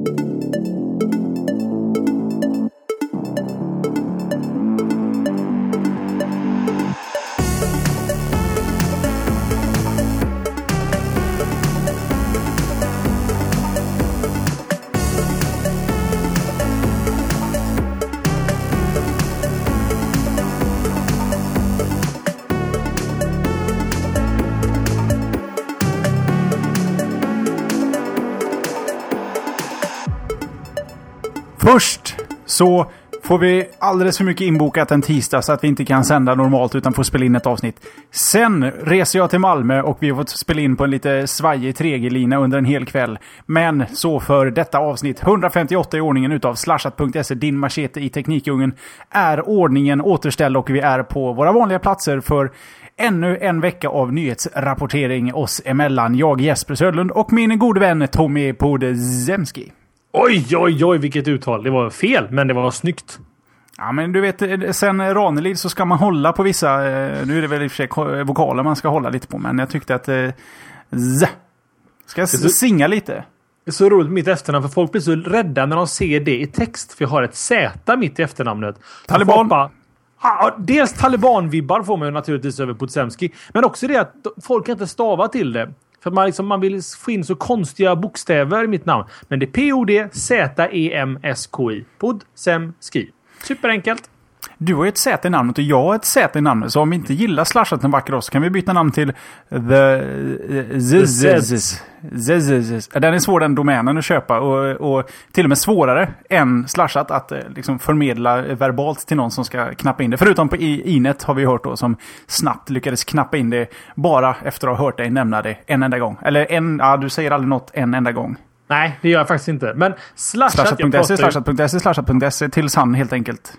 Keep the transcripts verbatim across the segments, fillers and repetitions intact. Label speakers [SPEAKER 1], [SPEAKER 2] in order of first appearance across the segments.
[SPEAKER 1] Först så får vi alldeles för mycket inbokat en tisdag så att vi inte kan sända normalt utan får spela in ett avsnitt. Sen reser jag till Malmö och vi har fått spela in på en lite svajig tregelina under en hel kväll. Men så för detta avsnitt hundrafemtioåtta i ordningen utav slashat punkt se, din machete i teknikungen, är ordningen återställd och vi är på våra vanliga platser för ännu en vecka av nyhetsrapportering oss emellan. Jag Jesper Södlund och min gode vän Tommy Podzemski.
[SPEAKER 2] Oj, oj, oj, vilket uttal. Det var fel, men det var snyggt.
[SPEAKER 1] Ja, men du vet, sen Ranelid så ska man hålla på vissa... Nu är det väl i och för sig vokaler man ska hålla lite på, men jag tyckte att... Eh, z. Ska jag
[SPEAKER 2] så,
[SPEAKER 1] singa lite?
[SPEAKER 2] Det är så roligt med mitt efternamn, för folk blir så rädda när de ser det i text. För jag har ett Z mitt i efternamnet.
[SPEAKER 1] Taliban.
[SPEAKER 2] Bara, ja, dels Taliban-vibbar får man naturligtvis över Podzemski. Men också det att folk kan inte stava till det. För att man, liksom, man vill få in så konstiga bokstäver i mitt namn. Men det är P O D Z E M S K I. Podzemski. Superenkelt.
[SPEAKER 1] Du har ju ett Z i namnet och jag har ett Z i namnet. Så om vi inte gillar slashat en vacker dag så kan vi byta namn till The Zzzz. Den är svår, den domänen att köpa. Och, och till och med svårare än slashat att liksom förmedla verbalt till någon som ska knappa in det. Förutom på Inet har vi hört då som snabbt lyckades knappa in det bara efter att ha hört dig nämna det en enda gång. Eller en, ja, du säger aldrig något en enda gång.
[SPEAKER 2] Nej, det gör jag faktiskt inte. Men slashat
[SPEAKER 1] punkt se, slashat punkt se, slashat punkt se tills han helt enkelt...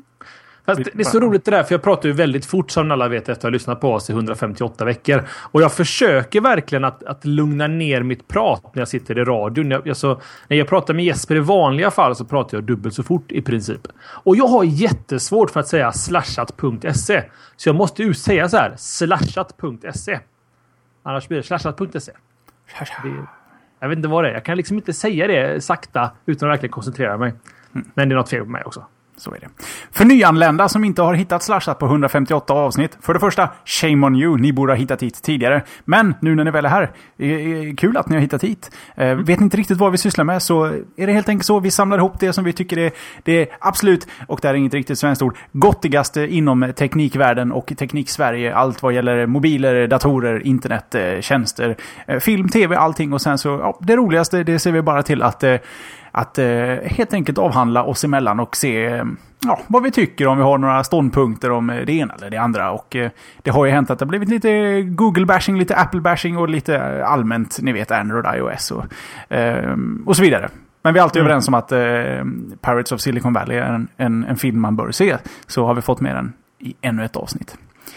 [SPEAKER 2] Fast det är så roligt det där, för jag pratar ju väldigt fort som alla vet efter att ha lyssnat på oss i hundrafemtioåtta veckor. Och jag försöker verkligen att, att lugna ner mitt prat när jag sitter i radion. Jag, jag så, när jag pratar med Jesper i vanliga fall så pratar jag dubbelt så fort i princip. Och jag har jättesvårt för att säga slashat punkt se. Så jag måste ju säga så här, slashat punkt se. Annars blir det slashat punkt se. Det, jag vet inte vad det är. Jag kan liksom inte säga det sakta utan att verkligen koncentrera mig. Men det är något fel på mig också.
[SPEAKER 1] Så är det. För nyanlända som inte har hittat slashat på hundrafemtioåtta avsnitt. För det första, shame on you. Ni borde ha hittat hit tidigare. Men nu när ni väl är här, är kul att ni har hittat hit. Eh, vet inte riktigt vad vi sysslar med, så är det helt enkelt så. Vi samlar ihop det som vi tycker är det absolut, och det är inget riktigt svenskt ord, gottigaste inom teknikvärlden och teknik-Sverige. Allt vad gäller mobiler, datorer, internet, eh, tjänster, eh, film, tv, allting. Och sen så, ja, det roligaste, det ser vi bara till att... Eh, Att eh, helt enkelt avhandla oss emellan och se eh, ja, vad vi tycker, om vi har några ståndpunkter om det ena eller det andra. Och eh, det har ju hänt att det har blivit lite Google-bashing, lite Apple-bashing och lite allmänt, ni vet, Android, iOS och, eh, och så vidare. Men vi är alltid mm. överens om att eh, Pirates of Silicon Valley är en, en, en film man bör se. Så har vi fått med den i ännu ett avsnitt.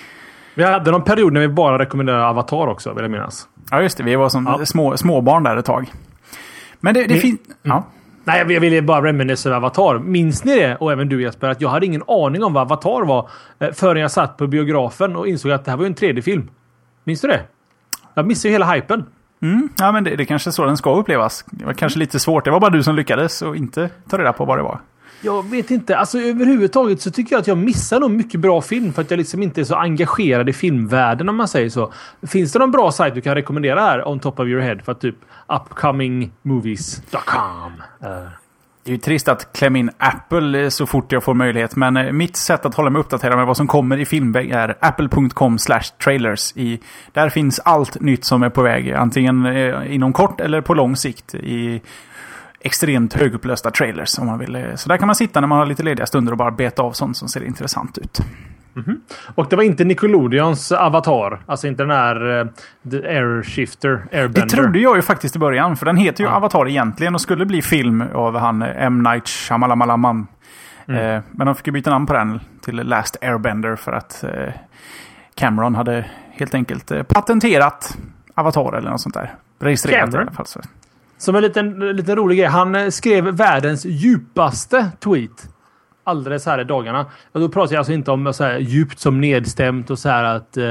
[SPEAKER 2] Vi hade någon period när vi bara rekommenderade Avatar också, vill jag minnas.
[SPEAKER 1] Ja, just det. Vi var som ja. små, småbarn där ett tag. Men det, det
[SPEAKER 2] Min,
[SPEAKER 1] finns... Ja.
[SPEAKER 2] Nej, jag ville bara reminisce över Avatar. Minns ni det? Och även du, Jesper, att jag hade ingen aning om vad Avatar var förrän jag satt på biografen och insåg att det här var en tredje film. Minns du det? Jag missade ju hela hypen.
[SPEAKER 1] Mm, ja, men det, det kanske är så den ska upplevas. Det var kanske lite svårt. Det var bara du som lyckades och inte ta reda på vad det var.
[SPEAKER 2] Jag vet inte. Alltså överhuvudtaget så tycker jag att jag missar nog mycket bra film för att jag liksom inte är så engagerad i filmvärlden, om man säger så. Finns det någon bra sajt du kan rekommendera här on top of your head för typ upcoming movies dot com? Uh.
[SPEAKER 1] Det är ju trist att klämma in Apple så fort jag får möjlighet, men mitt sätt att hålla mig uppdaterad med vad som kommer i filmväg är apple punkt com slash trailers. I, där finns allt nytt som är på väg, antingen inom kort eller på lång sikt i extremt högupplösta trailers om man vill. Så där kan man sitta när man har lite lediga stunder och bara beta av sånt som ser intressant ut.
[SPEAKER 2] Mm-hmm. Och det var inte Nickelodeons Avatar, alltså inte den här uh, The Airshifter, Airbender.
[SPEAKER 1] Det trodde jag ju faktiskt i början, för den heter ju
[SPEAKER 2] ja.
[SPEAKER 1] Avatar egentligen och skulle bli film av han M. Night Shyamalan. Mm. Eh, men de fick ju byta namn på den till Last Airbender för att eh, Cameron hade helt enkelt eh, patenterat Avatar eller något sånt där. Registrerat i alla fall. Så.
[SPEAKER 2] Som en liten, liten rolig grej, han skrev världens djupaste tweet alldeles här i dagarna. Och då pratar jag alltså inte om så här djupt som nedstämt och så här att uh,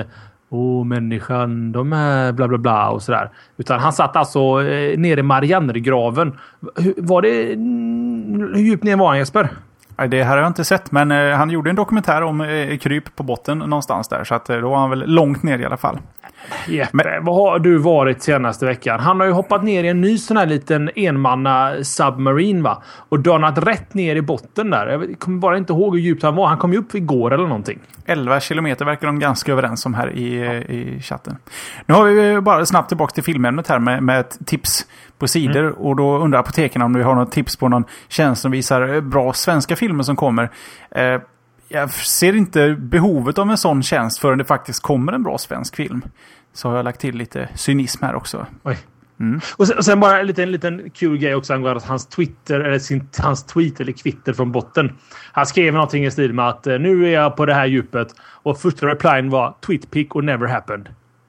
[SPEAKER 2] åh, människan, de är bla bla bla och sådär. Utan han satt alltså eh, nere i Marianergraven. Hur, var det... Hur djupt ner var han, Jesper?
[SPEAKER 1] Det här har jag inte sett, men eh, han gjorde en dokumentär om eh, kryp på botten någonstans där. Så att, eh, då var han väl långt ner i alla fall.
[SPEAKER 2] Jeppe, men, vad har du varit senaste veckan? Han har ju hoppat ner i en ny sån här liten enmanna submarine, va? Och donat rätt ner i botten där. Jag kommer bara inte ihåg hur djupt han var. Han kom ju upp igår eller någonting.
[SPEAKER 1] elva kilometer verkar de ganska överens om här i, ja. i chatten. Nu har vi bara snabbt tillbaka till filmämnet här med, med ett tips på sidor. Mm. Och då undrar apoteken om du har något tips på någon tjänst som visar bra svenska filmer som kommer. Eh, jag ser inte behovet av en sån tjänst förrän det faktiskt kommer en bra svensk film. Så har jag lagt till lite cynism här också.
[SPEAKER 2] Oj. Mm. Och, sen, och sen bara en liten, liten kul grej också angående hans Twitter eller sin, hans tweet eller kvitter från botten. Han skrev någonting i stil med att nu är jag på det här djupet och första replyen var tweet pic or never happened.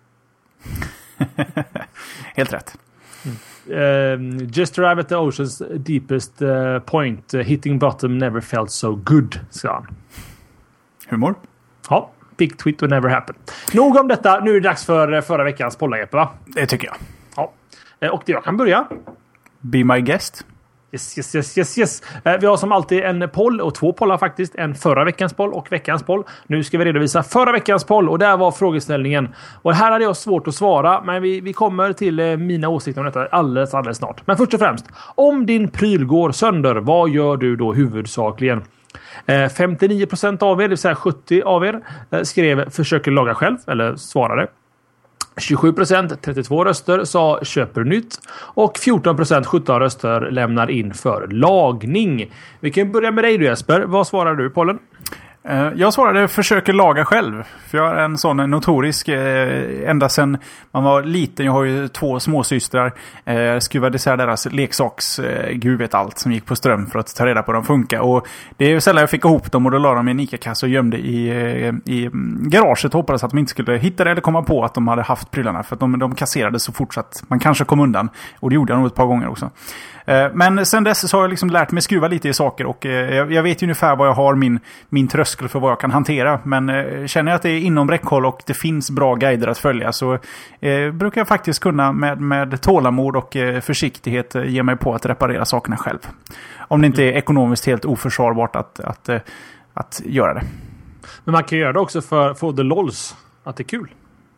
[SPEAKER 1] Helt rätt.
[SPEAKER 2] Mm. Uh, just arrived at the ocean's deepest uh, point. Uh, hitting bottom never felt so good, sa han.
[SPEAKER 1] Humor.
[SPEAKER 2] Ja. Big tweet or never happen. Nog om detta. Nu är det dags för förra veckans polla-Jeppe, va?
[SPEAKER 1] Det tycker jag.
[SPEAKER 2] Ja. Och det jag kan börja.
[SPEAKER 1] Be my guest.
[SPEAKER 2] Yes, yes, yes, yes, yes. Vi har som alltid en poll och två pollar faktiskt. En förra veckans poll och veckans poll. Nu ska vi redovisa förra veckans poll och där var frågeställningen. Och här hade jag svårt att svara, men vi, vi kommer till mina åsikter om detta alldeles, alldeles snart. Men först och främst, om din pryl går sönder, vad gör du då huvudsakligen? femtionio procent av er, det vill säga sjuttio av er, skrev försöker laga själv eller svarade. tjugosju procent, trettiotvå röster, sa köper nytt. Och fjorton procent, sjutton röster, lämnar in för lagning. Vi kan börja med dig du, Jesper. Vad svarar du, Pollen?
[SPEAKER 1] Jag svarade försöker laga själv. För jag är en sån notorisk eh, ända sedan man var liten. Jag har ju två småsystrar. Eh, skruvade isär deras leksaks eh, gud vet allt som gick på ström för att ta reda på hur de funkar. Och det är ju sällan jag fick ihop dem och då la de i en Ica-kasse och gömde i, eh, i garaget och hoppades att de inte skulle hitta det eller komma på att de hade haft prylarna. För att de, de kasserade så fort så att man kanske kom undan. Och det gjorde jag nog ett par gånger också. Men sen dess så har jag liksom lärt mig skruva lite i saker och jag vet ju ungefär vad jag har min, min tröskel för vad jag kan hantera. Men känner jag att det är inom räckhåll och det finns bra guider att följa så eh, brukar jag faktiskt kunna med, med tålamod och försiktighet ge mig på att reparera sakerna själv. Om det inte är ekonomiskt helt oförsvarbart att, att, att, att göra det.
[SPEAKER 2] Men man kan göra det också för, för the lols, att det är kul.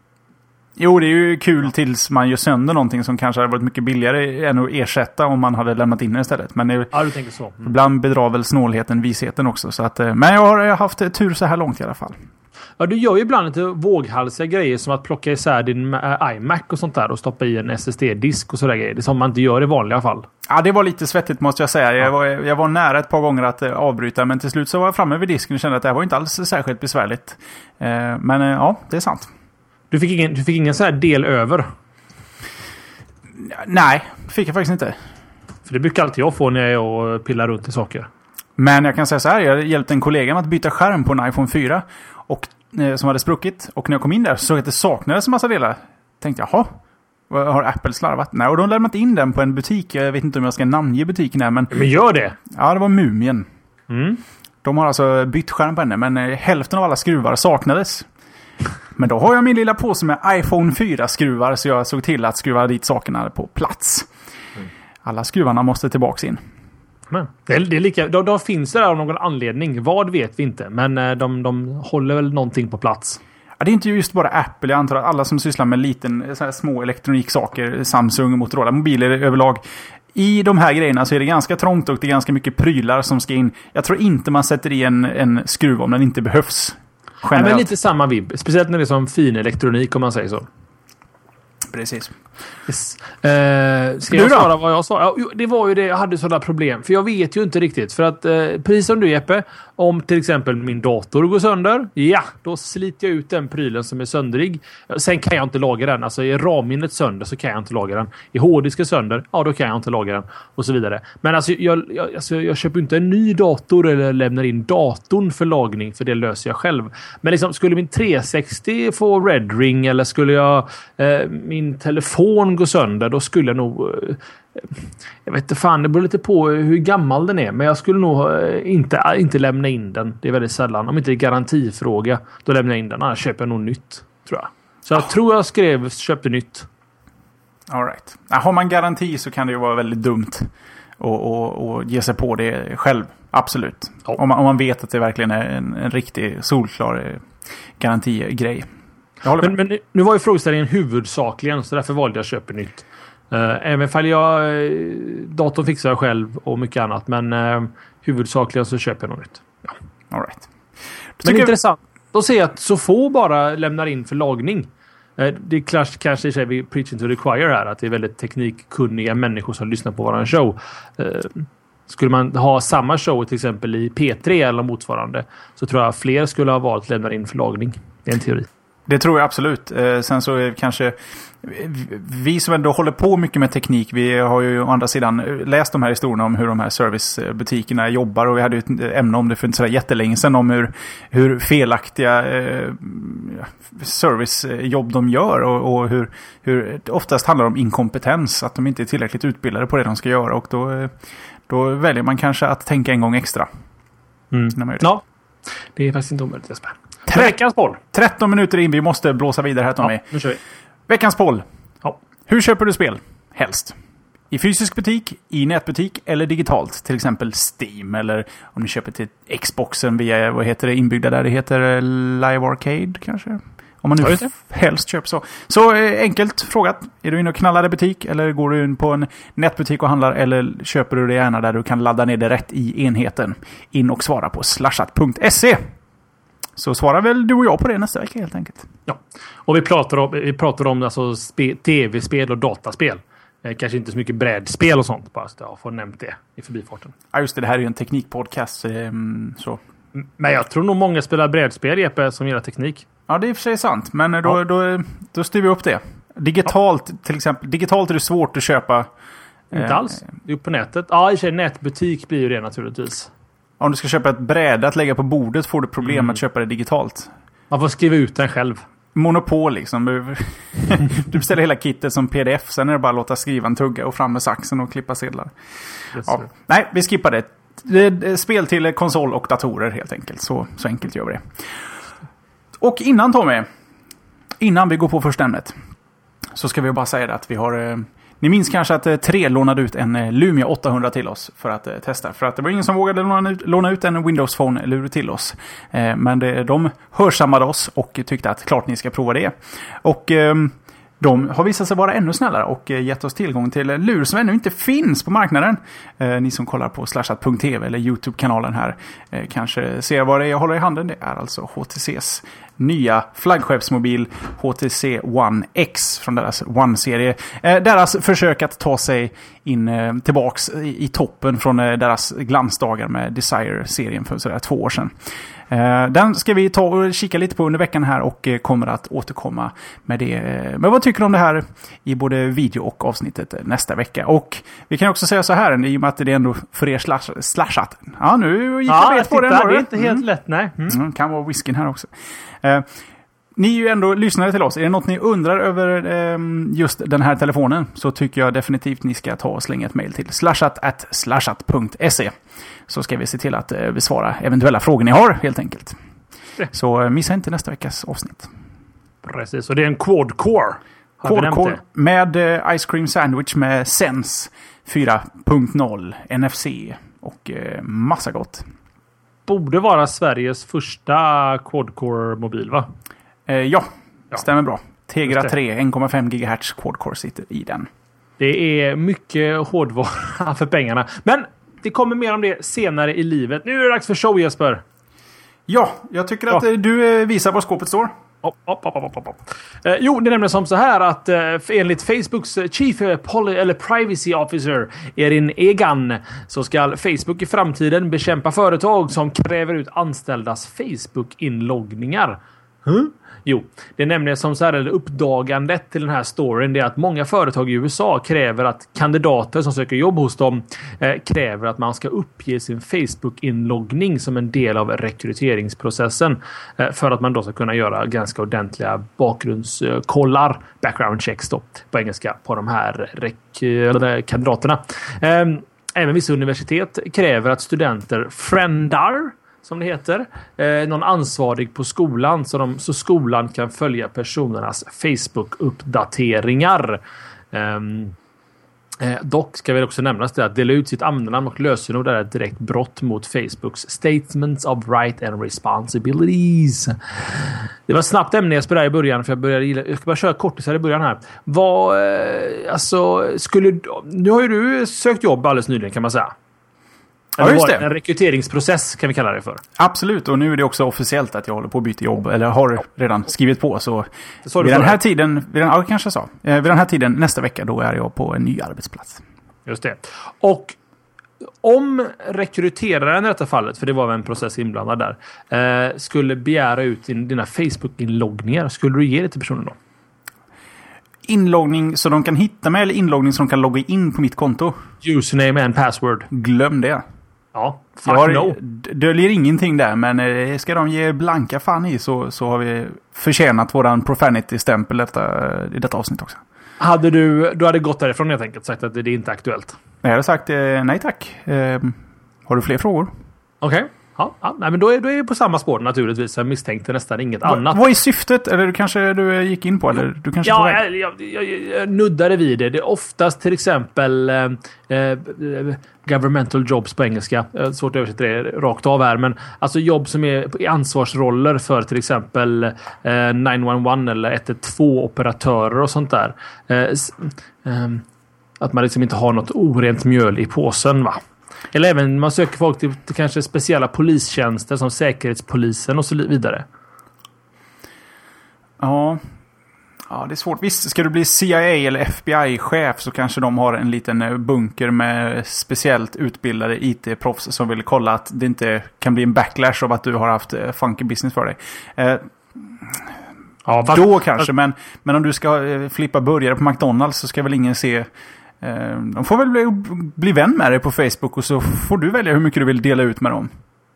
[SPEAKER 1] Jo, det är ju kul tills man gör sönder någonting som kanske hade varit mycket billigare än att ersätta om man hade lämnat in det istället. Men det,
[SPEAKER 2] ja, du tänker så. Mm.
[SPEAKER 1] Ibland bedrar väl snålheten visheten också. Så att, men jag har, jag har haft tur så här långt i alla fall.
[SPEAKER 2] Ja, du gör ju ibland lite våghalsiga grejer som att plocka isär din äh, iMac och sånt där och stoppa i en S S D-disk och sådär grejer. Det är som man inte gör i vanliga fall.
[SPEAKER 1] Ja, det var lite svettigt måste jag säga. Jag var, jag var nära ett par gånger att uh, avbryta men till slut så var jag framme vid disken och kände att det här var inte alls särskilt besvärligt. Uh, men uh, ja, det är sant.
[SPEAKER 2] Du fick ingen, du fick ingen så här del över?
[SPEAKER 1] Nej, fick jag faktiskt inte.
[SPEAKER 2] För det brukar alltid jag få när jag pillar runt i saker.
[SPEAKER 1] Men jag kan säga så här, jag hjälpte en kollega med att byta skärm på en iPhone fyra och, eh, som hade spruckit. Och när jag kom in där så såg jag att det saknades en massa delar. Tänkte, jaha, har Apple slarvat? Nej, och de lämnat in den på en butik. Jag vet inte om jag ska namnge butiken här, men...
[SPEAKER 2] Men gör det!
[SPEAKER 1] Ja, det var Mumien.
[SPEAKER 2] Mm.
[SPEAKER 1] De har alltså bytt skärm på henne, men eh, hälften av alla skruvar saknades. Men då har jag min lilla påse med iPhone fyra-skruvar så jag såg till att skruva dit sakerna på plats. Mm. Alla skruvarna måste tillbaka in.
[SPEAKER 2] Men, det, är, det är lika, de, de finns där av någon anledning. Vad vet vi inte. Men de, de håller väl någonting på plats.
[SPEAKER 1] Ja, det är inte just bara Apple. Jag antar att alla som sysslar med liten, så här små elektroniksaker, Samsung, Motorola, mobiler överlag. I de här grejerna så är det ganska trångt och det är ganska mycket prylar som ska in. Jag tror inte man sätter i en, en skruv om den inte behövs.
[SPEAKER 2] Nej, men lite samma vibb. Speciellt när det är som fin elektronik om man säger så.
[SPEAKER 1] Precis.
[SPEAKER 2] Yes. Eh, ska jag svara vad jag sa? Ja, det var ju det, jag hade sådana problem. För jag vet ju inte riktigt. För att, eh, precis som du Jeppe, om till exempel min dator går sönder, ja, då sliter jag ut den prylen som är söndrig. Sen kan jag inte laga den. Alltså är ramminnet sönder så kan jag inte laga den. Är hårddisken sönder, ja då kan jag inte laga den. Och så vidare. Men alltså jag, jag, alltså, jag köper inte en ny dator eller lämnar in datorn för lagning, för det löser jag själv. Men liksom, skulle min trehundrasextio få red ring eller skulle jag eh, min telefon gå sönder, då skulle jag nog eh, jag vet inte fan, det beror lite på hur gammal den är, men jag skulle nog eh, inte, inte lämna in den. Det är väldigt sällan. Om inte det är garantifråga, då lämnar jag in den. Annars köper jag nog nytt, tror jag. Så jag oh. tror jag skrev köpte nytt.
[SPEAKER 1] All right. Har man garanti så kan det ju vara väldigt dumt och, och, och ge sig på det själv. Absolut. Oh. Om, man, om man vet att det verkligen är en, en riktig solklar garantigrej.
[SPEAKER 2] Men, men nu var ju frågeställningen huvudsakligen, så därför valde jag köpa nytt. Uh, även fall jag uh, datorn fixar jag själv och mycket annat, men uh, huvudsakligen så köper jag något nytt. Ja.
[SPEAKER 1] All right.
[SPEAKER 2] Men intressant. Då ser jag att så få bara lämnar in för lagning. Uh, det är kanske i sig vi preaching to the choir här, att det är väldigt teknikkunniga människor som lyssnar på våran show. Uh, skulle man ha samma show till exempel i P tre eller motsvarande, så tror jag fler skulle ha valt att lämna in för lagning. Det är en teori.
[SPEAKER 1] Det tror jag absolut. Eh, sen så är det kanske vi som ändå håller på mycket med teknik, vi har ju å andra sidan läst de här historierna om hur de här servicebutikerna jobbar, och vi hade ju ett ämne om det för inte så jättelänge sedan om hur, hur felaktiga eh, servicejobb de gör, och, och hur, hur det oftast handlar om inkompetens, att de inte är tillräckligt utbildade på det de ska göra, och då, då väljer man kanske att tänka en gång extra.
[SPEAKER 2] Mm. När man gör det. Ja, det är faktiskt inte omöjligt, Jesper. Veckans poll.
[SPEAKER 1] tretton minuter in, vi måste blåsa vidare här, Tommy.
[SPEAKER 2] Ja, nu kör vi.
[SPEAKER 1] Veckans poll.
[SPEAKER 2] Ja.
[SPEAKER 1] Hur köper du spel? Helst. I fysisk butik, i nätbutik eller digitalt. Till exempel Steam, eller om du köper till Xboxen via, vad heter det, inbyggda där? Det heter Live Arcade kanske? Om man nu helst köper så. Så eh, enkelt frågat. Är du inne och knallar i butik, eller går du in på en nätbutik och handlar, eller köper du det gärna där du kan ladda ner det rätt i enheten? In och svara på slashat punkt se. Så svarar väl du och jag på det nästa vecka helt enkelt.
[SPEAKER 2] Ja, och vi pratar om, vi pratar om alltså spe, tv-spel och dataspel. Eh, kanske inte så mycket brädspel och sånt, bara så jag får nämnt det i förbifarten.
[SPEAKER 1] Ja, just det, det här är ju en teknikpodcast. Eh, så.
[SPEAKER 2] Men jag tror nog många spelar brädspel, Jeppe, som gillar teknik.
[SPEAKER 1] Ja, det är i och för sig sant, men då, ja. då, då, då styr vi upp det. Digitalt, ja. till exempel. Digitalt är det svårt att köpa.
[SPEAKER 2] Inte eh, alls. Det är på nätet. Ja, i och för sig nätbutik blir ju det naturligtvis.
[SPEAKER 1] Om du ska köpa ett bräde att lägga på bordet får du problem mm. att köpa det digitalt.
[SPEAKER 2] Man får skriva ut den själv.
[SPEAKER 1] Monopol liksom. Du, du beställer hela kittet som P D F. Sen är det bara att låta skrivan tugga och fram med saxen och klippa sedlar. Ja. Nej, vi skippar det. det, det spel till konsol och datorer helt enkelt. Så, så enkelt gör vi det. Och innan, Tommy, innan vi går på första ämnet, så ska vi bara säga det att vi har... Ni minns kanske att tre lånade ut en Lumia åttahundra till oss för att eh, testa. För att det var ingen som vågade låna ut, låna ut en Windows Phone-lur till oss. Eh, men det, de hörsammade oss och tyckte att klart ni ska prova det. Och eh, de har visat sig vara ännu snällare och eh, gett oss tillgång till lur som ännu inte finns på marknaden. Eh, ni som kollar på slashat punkt tv eller YouTube-kanalen här eh, kanske ser vad det är jag håller i handen. Det är alltså H T C:s nya flaggskeppsmobil H T C One X från deras One-serie. Eh, deras försök att ta sig in eh, tillbaks i, i toppen från eh, deras glansdagar med Desire-serien för sådär två år sedan. Eh, den ska vi ta och kika lite på under veckan här och eh, kommer att återkomma med det. Eh, men vad tycker du om det här i både video och avsnittet eh, nästa vecka? Och vi kan också säga så här, i och med att det är ändå för er slash, slashat. Ja, nu gick
[SPEAKER 2] ja,
[SPEAKER 1] jag vet på den.
[SPEAKER 2] Det är inte helt mm. lätt, nej.
[SPEAKER 1] Mm. Mm, kan vara whiskyn här också. Eh, ni är ju ändå lyssnare till oss. Är det något ni undrar över eh, just den här telefonen, så tycker jag definitivt ni ska ta och slänga ett mejl till slashat at slashat punkt se. Så ska vi se till att eh, besvara eventuella frågor ni har helt enkelt. Det. Så eh, missa inte nästa veckas avsnitt.
[SPEAKER 2] Precis, och det är en quad-core.
[SPEAKER 1] Quad-core med eh, Ice Cream Sandwich med Sense fyra punkt noll, N F C och eh, massa gott.
[SPEAKER 2] Borde vara Sveriges första quad-core-mobil, va?
[SPEAKER 1] Eh, ja, ja, stämmer bra. Tegra tre, en komma fem gigahertz quad-core sitter i den.
[SPEAKER 2] Det är mycket hårdvara för pengarna. Men det kommer mer om det senare i livet. Nu är det dags för show, Jesper.
[SPEAKER 1] Ja, jag tycker att ja. du visar var skåpet står.
[SPEAKER 2] Hopp, hopp, hopp, hopp, hopp. Eh, jo, det är nämligen som så här att eh, enligt Facebooks Chief Poli- eller Privacy Officer Erin Egan, så ska Facebook i framtiden bekämpa företag som kräver ut anställdas Facebook-inloggningar. Huh? Jo, det är nämligen som så här, eller uppdagandet till den här storyn, det är att många företag i U S A kräver att kandidater som söker jobb hos dem eh, kräver att man ska uppge sin Facebook-inloggning som en del av rekryteringsprocessen eh, för att man då ska kunna göra ganska ordentliga bakgrundskollar, background checks då, på engelska, på de här rek- eller kandidaterna. Eh, även vissa universitet kräver att studenter friendar som det heter. Eh, någon ansvarig på skolan så, de, så skolan kan följa personernas Facebook-uppdateringar. Um, Eh, dock ska vi också nämnas det att dela ut sitt användarnamn och lösenord är ett direkt brott mot Facebooks Statements of Right and Responsibilities. Det var ett snabbt ämne jag spelade i början för jag började gilla, jag ska bara köra kortisar i början här. Vad, eh, alltså, skulle, nu har ju du sökt jobb alldeles nyligen kan man säga.
[SPEAKER 1] Ja, just det.
[SPEAKER 2] En rekryteringsprocess kan vi kalla det för.
[SPEAKER 1] Absolut, och nu är det också officiellt att jag håller på att byta jobb. Eller har redan skrivit på. Så
[SPEAKER 2] så
[SPEAKER 1] vid den här tiden, vid den, ja, kanske så. Eh, vid den här tiden nästa vecka då är jag på en ny arbetsplats.
[SPEAKER 2] Just det. Och om rekryteraren i detta fallet, för det var en process inblandad där, eh, skulle begära ut din, dina Facebook-inloggningar, skulle du ge det till personen då?
[SPEAKER 1] Inloggning så de kan hitta mig eller inloggning så de kan logga in på mitt konto?
[SPEAKER 2] Username and password.
[SPEAKER 1] Glöm det.
[SPEAKER 2] Ja, fuck
[SPEAKER 1] jag har,
[SPEAKER 2] no.
[SPEAKER 1] döljer ingenting där, men eh, ska de ge blanka fan i så, så har vi förtjänat våran profanity-stämpel detta, i detta avsnitt också.
[SPEAKER 2] Hade du, du hade gått därifrån helt enkelt sagt att det, det är inte aktuellt?
[SPEAKER 1] Jag hade sagt eh, nej tack. Eh, har du fler frågor?
[SPEAKER 2] Okej. Okay. Ja, ja, nej, men då är, då är det på samma spår naturligtvis. Jag misstänkte nästan inget
[SPEAKER 1] Va,
[SPEAKER 2] annat.
[SPEAKER 1] Vad är syftet? Eller du kanske du gick in på? Eller du kanske
[SPEAKER 2] ja, jag, jag, jag, jag nuddade vid det. Det är oftast till exempel eh, eh, governmental jobs på engelska. Eh, svårt att översätta det rakt av här. Men alltså jobb som är i ansvarsroller för till exempel eh, nio ett ett eller ett ett två operatörer och sånt där. Eh, eh, att man liksom inte har något orent mjöl i påsen, va? Eller även man söker folk till, till kanske speciella polistjänster som säkerhetspolisen och så vidare.
[SPEAKER 1] Ja. Ja, det är svårt. Visst, ska du bli C I A eller F B I-chef så kanske de har en liten bunker med speciellt utbildade I T-proffs som vill kolla att det inte kan bli en backlash av att du har haft funky business för dig. Eh, ja, fast, då kanske, fast... men, men om du ska flippa burgare på McDonald's så ska väl ingen se... De får väl bli, bli vän med dig på Facebook och så får du välja hur mycket du vill dela ut med dem.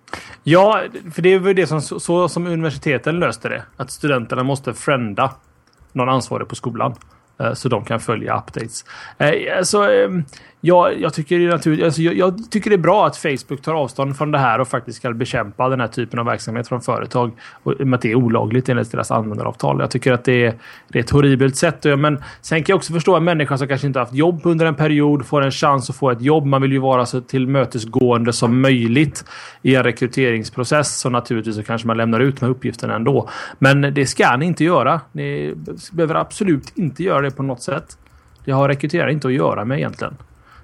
[SPEAKER 2] Ja, för det är väl det som, så som universiteten löste det. Att studenterna måste frända någon ansvarig på skolan. Så de kan följa updates. Alltså, ja, jag, tycker det naturligt, alltså, jag, jag tycker det är bra att Facebook tar avstånd från det här och faktiskt ska bekämpa den här typen av verksamhet från företag. Och att det är olagligt enligt deras användaravtal. Jag tycker att det är, det är ett horribelt sätt. Men sen kan jag också förstå en människa som kanske inte haft jobb under en period får en chans att få ett jobb. Man vill ju vara så tillmötesgående som möjligt i en rekryteringsprocess. Så naturligtvis så kanske man lämnar ut med uppgifterna ändå. Men det ska ni inte göra. Ni behöver absolut inte göra det på något sätt. Det har rekryterare inte att göra med egentligen.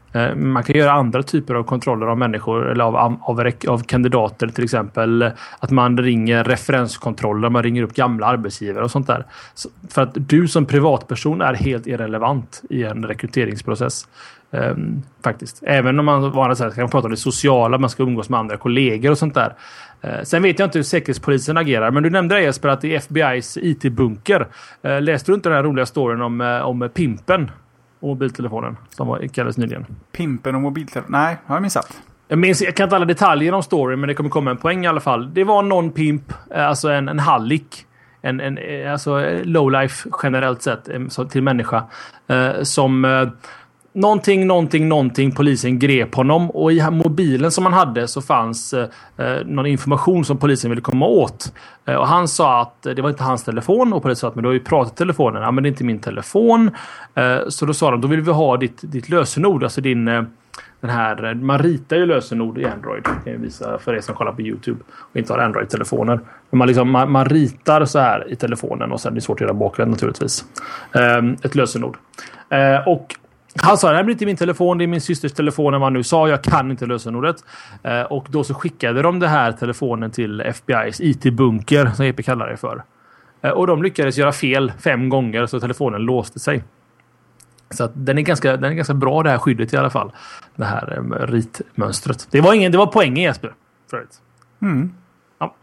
[SPEAKER 2] Man kan göra andra typer av kontroller av människor eller av, av, av kandidater, till exempel att man ringer referenskontroller, man ringer upp gamla arbetsgivare och sånt där. Så för att du som privatperson är helt irrelevant i en rekryteringsprocess. Um, faktiskt. Även om man vanligt sätt kan prata om det sociala, man ska umgås med andra kollegor och sånt där. Uh, sen vet jag inte hur säkerhetspolisen agerar, men du nämnde Jesper att det är F B I:s I T-bunker. Uh, läste du inte den här roliga storyn om, uh, om Pimpen och mobiltelefonen som var kallades nyligen?
[SPEAKER 1] Pimpen och mobiltelefonen? Nej, har jag missat.
[SPEAKER 2] Jag minns, jag kan inte alla detaljer om storyn, men det kommer komma en poäng i alla fall. Det var någon pimp, alltså en, en hallick, en, en alltså lowlife generellt sett till människa, uh, som uh, någonting, någonting, någonting polisen grep honom, och i mobilen som han hade så fanns uh, någon information som polisen ville komma åt. Uh, och han sa att det var inte hans telefon, och polisen sa att men du har ju pratat i telefonen. Ja, men det är inte min telefon. Uh, så då sa de, då vill vi ha ditt, ditt lösenord, alltså din... Uh, Den här, man ritar ju lösenord i Android. Det kan jag visa för er som kollar på YouTube och inte har Android-telefoner. Men man, liksom, man, man ritar så här i telefonen och sen är det svårt att göra bakvänd naturligtvis. Um, ett lösenord. Uh, och han sa, det här blir inte min telefon, det är min systers telefon, än vad han nu sa, jag kan inte lösenordet. Uh, och då så skickade de det här telefonen till F B I:s I T-bunker, som E P kallar det för. Uh, och de lyckades göra fel fem gånger så telefonen låste sig. Så att den är ganska den är ganska bra, det här skyddet i alla fall. Det här um, ritmönstret. Det var ingen det var poäng i Jesper förut.
[SPEAKER 1] Mm.
[SPEAKER 2] Ja.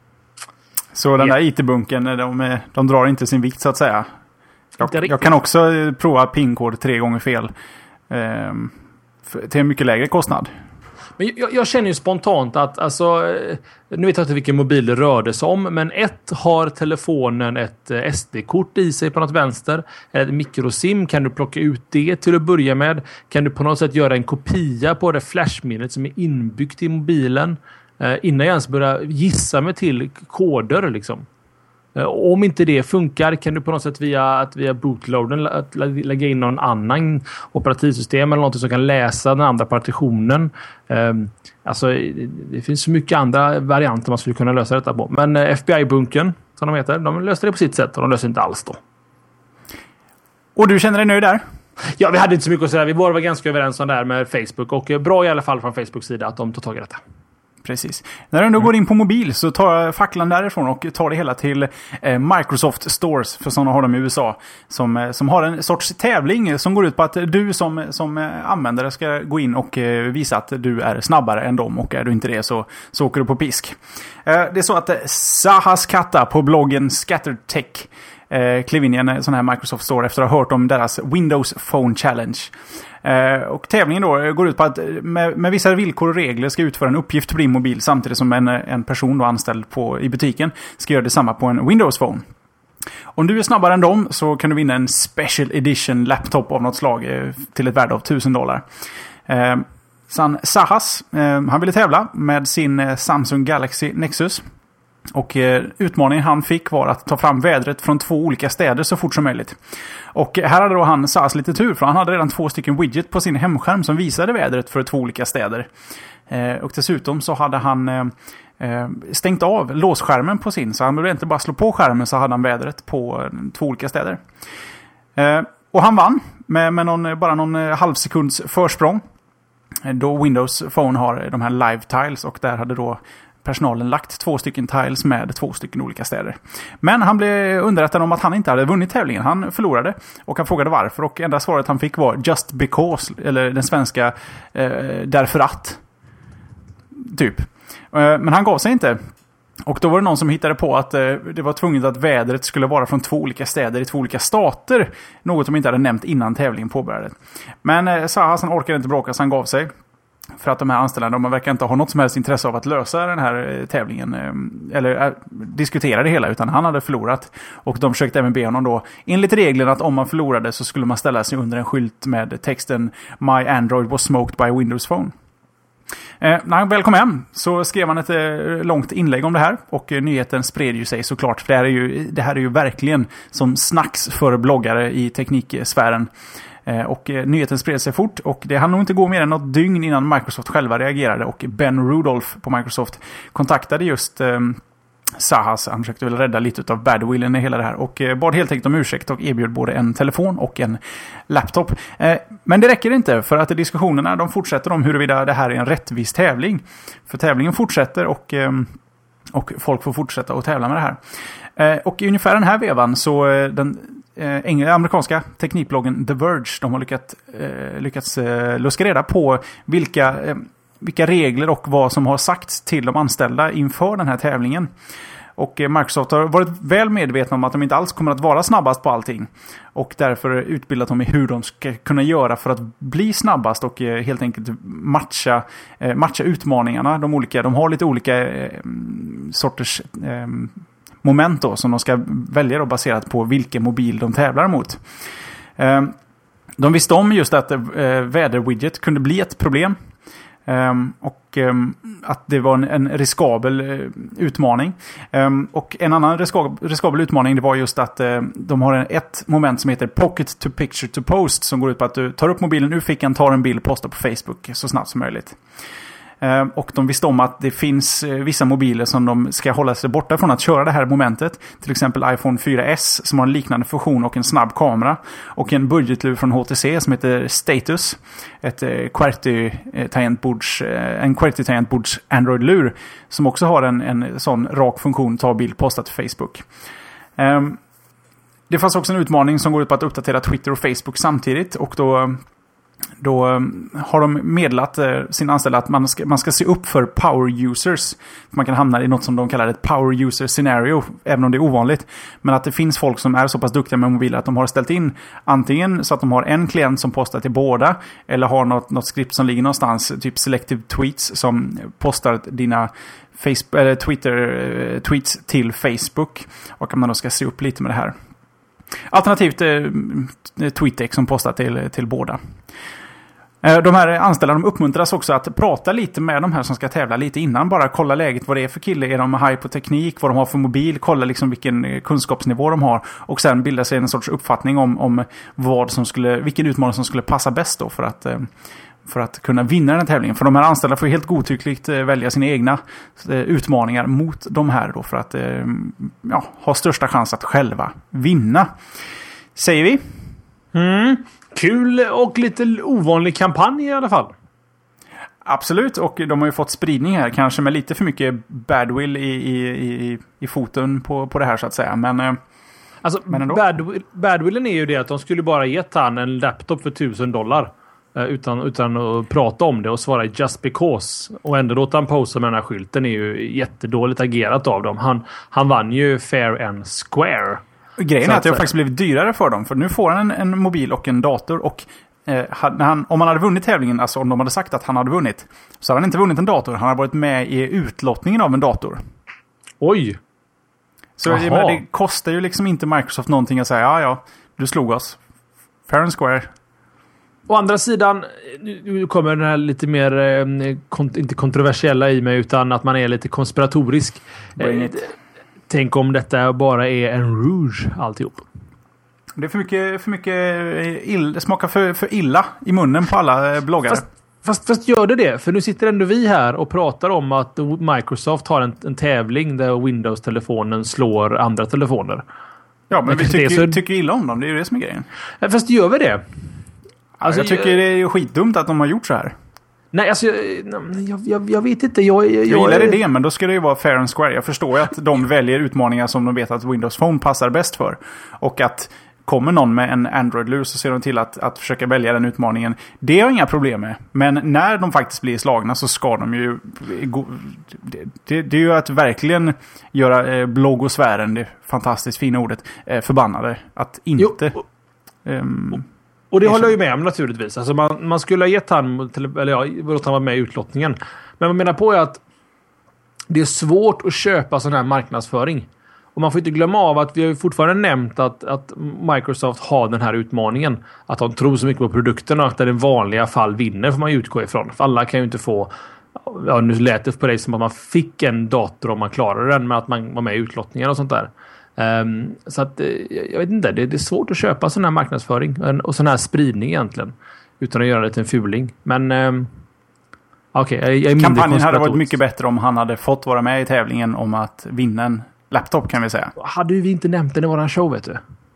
[SPEAKER 1] Så den yeah. där I T-bunken, de, de drar inte sin vikt så att säga. Jag, jag kan också prova pinkod tre gånger fel. Um, för, till en mycket lägre kostnad.
[SPEAKER 2] Men jag, jag känner ju spontant att alltså, nu vet jag inte vilken mobil det rörde sig om, men ett, har telefonen ett S D-kort i sig på något vänster, eller ett mikrosim, kan du plocka ut det till att börja med? Kan du på något sätt göra en kopia på det flashminnet som är inbyggt i mobilen? Eh, innan jag ens börjar gissa mig till koder liksom. Eh, om inte det funkar kan du på något sätt via, att via bootloaden att lägga in någon annan operativsystem eller något som kan läsa den andra partitionen. Eh, alltså det finns så mycket andra varianter man skulle kunna lösa detta på. Men eh, F B I-bunken som de heter, de löste det på sitt sätt och de löser inte alls då.
[SPEAKER 1] Och du känner dig nöjd där?
[SPEAKER 2] Ja, vi hade inte så mycket att säga. Vi var var ganska överens om det här med Facebook. Och bra i alla fall från Facebooks sida att de tar tag i detta.
[SPEAKER 1] Precis. När du ändå mm. går in på mobil så tar jag facklan därifrån och tar det hela till eh, Microsoft Stores, för sådana har de i U S A, som, eh, som har en sorts tävling som går ut på att du som, som eh, användare ska gå in och eh, visa att du är snabbare än dem, och är du inte det så, så åker du på pisk. Eh, det är så att eh, Sahas Katta på bloggen Scattertech eh, klev in i en sån här Microsoft Store efter att ha hört om deras Windows Phone Challenge. Uh, och tävlingen då går ut på att med, med vissa villkor och regler ska utföra en uppgift på din mobil samtidigt som en, en person då anställd på, i butiken ska göra detsamma på en Windows Phone. Om du är snabbare än dem så kan du vinna en Special Edition laptop av något slag uh, till ett värde av tusen dollar. Uh, San Sahas, uh, han ville tävla med sin uh, Samsung Galaxy Nexus. Och eh, utmaningen han fick var att ta fram vädret från två olika städer så fort som möjligt. Och här hade då han Sahas lite tur, för han hade redan två stycken widget på sin hemskärm som visade vädret för två olika städer. Eh, och dessutom så hade han eh, eh, stängt av låsskärmen på sin, så han behövde inte bara slå på skärmen, så hade han vädret på eh, två olika städer. Eh, och han vann med, med någon, bara någon eh, halvsekunds försprång. Eh, då Windows Phone har de här live tiles, och där hade då personalen lagt två stycken tiles med två stycken olika städer. Men han blev underrättad om att han inte hade vunnit tävlingen. Han förlorade och han frågade varför, och enda svaret han fick var just because, eller den svenska eh, därför att. Typ. Eh, men han gav sig inte. Och då var det någon som hittade på att eh, det var tvunget att vädret skulle vara från två olika städer i två olika stater. Något de inte hade nämnt innan tävlingen påbörjade. Men eh, Sahas han orkade inte bråka, så han gav sig. För att de här anställda, de verkar inte ha något som helst intresse av att lösa den här eh, tävlingen. Eh, eller eh, diskutera det hela, utan han hade förlorat. Och de försökte även be honom då, enligt reglerna, att om man förlorade så skulle man ställa sig under en skylt med texten My Android was smoked by Windows Phone. Eh, när han väl kom hem så skrev han ett eh, långt inlägg om det här. Och eh, nyheten spred ju sig såklart. För det här är ju, det här är ju verkligen som snacks för bloggare i tekniksfären. Och eh, nyheten spred sig fort, och det hann nog inte gå mer än något dygn innan Microsoft själva reagerade, och Ben Rudolph på Microsoft kontaktade just eh, Sahas. Han försökte väl rädda lite av badwillen i hela det här, och eh, bad helt enkelt om ursäkt och erbjöd både en telefon och en laptop. Eh, men det räcker inte, för att diskussionerna de fortsätter om huruvida det här är en rättvis tävling. För tävlingen fortsätter, och, eh, och folk får fortsätta att tävla med det här. Eh, och i ungefär den här vevan så eh, den Eh, engelska, amerikanska teknikbloggen The Verge, de har lyckats, eh, lyckats eh, luska reda på vilka, eh, vilka regler och vad som har sagts till de anställda inför den här tävlingen. Och eh, Microsoft har varit väl medvetna om att de inte alls kommer att vara snabbast på allting. Och därför utbildat dem i hur de ska kunna göra för att bli snabbast och eh, helt enkelt matcha, eh, matcha utmaningarna. De, olika, de har lite olika eh, sorters eh, moment då, som de ska välja då, baserat på vilken mobil de tävlar mot. Eh, de visste om just att eh, väderwidget kunde bli ett problem. Um, och um, att det var en, en riskabel uh, utmaning. Um, och en annan riskab, riskabel utmaning, det var just att uh, de har en, ett moment som heter Pocket to Picture to Post, som går ut på att du tar upp mobilen ur fickan, tar en bild och postar på Facebook så snabbt som möjligt. Uh, och de visste om att det finns uh, vissa mobiler som de ska hålla sig borta från att köra det här momentet. Till exempel iPhone fyra S som har en liknande funktion och en snabb kamera. Och en budgetlur från H T C som heter Status. Ett uh, QWERTY-tangentbords, uh, en QWERTY-tangentbords Android-lur som också har en, en sån rak funktion, ta bild, posta till Facebook. Um, det fanns också en utmaning som går ut på att uppdatera Twitter och Facebook samtidigt, och då Då har de meddelat sina anställda att man ska, man ska se upp för power users. Man kan hamna i något som de kallar ett power user scenario, även om det är ovanligt. Men att det finns folk som är så pass duktiga med mobiler att de har ställt in antingen så att de har en klient som postar till båda, eller har något, något skript som ligger någonstans, typ selective tweets, som postar dina Facebook, eller Twitter tweets till Facebook. Och att man då ska se upp lite med det här. Alternativt eh, TweetDeck som postar till, till båda. De här anställda de uppmuntras också att prata lite med de här som ska tävla lite innan. Bara kolla läget, vad det är för kille. Är de high på teknik? Vad de har för mobil? Kolla liksom vilken kunskapsnivå de har. Och sen bilda sig en sorts uppfattning om, om vad som skulle, vilken utmaning som skulle passa bäst då för att, för att kunna vinna den här tävlingen. För de här anställda får helt godtyckligt välja sina egna utmaningar mot de här då för att ja, ha största chans att själva vinna. Säger vi?
[SPEAKER 2] Mm. Kul och lite ovanlig kampanj i alla fall.
[SPEAKER 1] Absolut, och de har ju fått spridning här. Kanske med lite för mycket badwill i, i, i, i foten på, på det här så att säga. Men,
[SPEAKER 2] alltså,
[SPEAKER 1] men
[SPEAKER 2] badwill, badwillen är ju det att de skulle bara gett han en laptop för tusen dollar. Utan, utan att prata om det och svara just because. Och ändå låta han posa med den här skylten är ju jättedåligt agerat av dem. Han, han vann ju fair and square.
[SPEAKER 1] Grejen är att det har faktiskt blivit dyrare för dem. För nu får han en, en mobil och en dator. Och eh, när han, om han hade vunnit tävlingen, alltså om de hade sagt att han hade vunnit, så hade han inte vunnit en dator. Han hade varit med i utlottningen av en dator.
[SPEAKER 2] Oj!
[SPEAKER 1] Så det, det kostar ju liksom inte Microsoft någonting att säga, ja ja, du slog oss. Fair and square.
[SPEAKER 2] Å andra sidan, nu kommer den här lite mer, eh, kont- inte kontroversiella i mig, utan att man är lite konspiratorisk. Eh, tänk om detta bara är en rouge alltihop.
[SPEAKER 1] Det är för mycket, för mycket ill, det smakar för, för illa i munnen på alla bloggare.
[SPEAKER 2] Fast, fast, fast gör det det? För nu sitter ändå vi här och pratar om att Microsoft har en, en tävling där Windows-telefonen slår andra telefoner.
[SPEAKER 1] Ja, men, men vi tycker, så... tycker illa om dem. Det är ju det som är grejen.
[SPEAKER 2] Fast gör vi det?
[SPEAKER 1] Alltså, jag tycker jag... det är skitdumt att de har gjort så här.
[SPEAKER 2] Nej, alltså jag, jag, jag vet inte. Jag, jag,
[SPEAKER 1] jag gillar det, men då ska det ju vara fair and square. Jag förstår ju att de väljer utmaningar som de vet att Windows Phone passar bäst för. Och att kommer någon med en Android-lur så ser de till att, att försöka välja den utmaningen. Det har jag inga problem med. Men när de faktiskt blir slagna så ska de ju... Det, det, det är ju att verkligen göra bloggosfären, det fantastiskt fina ordet, förbannade. Att inte... Um,
[SPEAKER 2] Och det håller jag ju med om naturligtvis. Alltså man, man skulle ha gett han, eller ja, låt han vara med i utlottningen. Men man menar på är att det är svårt att köpa sån här marknadsföring. Och man får inte glömma av att vi har ju fortfarande nämnt att, att Microsoft har den här utmaningen. Att de tror så mycket på produkterna och att det i vanliga fall vinner får man utgå ifrån. För alla kan ju inte få... Ja, nu lät det på dig som att man fick en dator om man klarade den, med att man var med i utlottningen och sånt där. Um, så att jag vet inte, det, det är svårt att köpa sån här marknadsföring och sån här spridning egentligen utan att göra det till en fuling. Men um, okej, okay, jag, jag är
[SPEAKER 1] kampanjen hade varit mycket bättre om han hade fått vara med i tävlingen om att vinna en laptop, kan vi säga.
[SPEAKER 2] Hade vi inte nämnt den i våran show, vet du?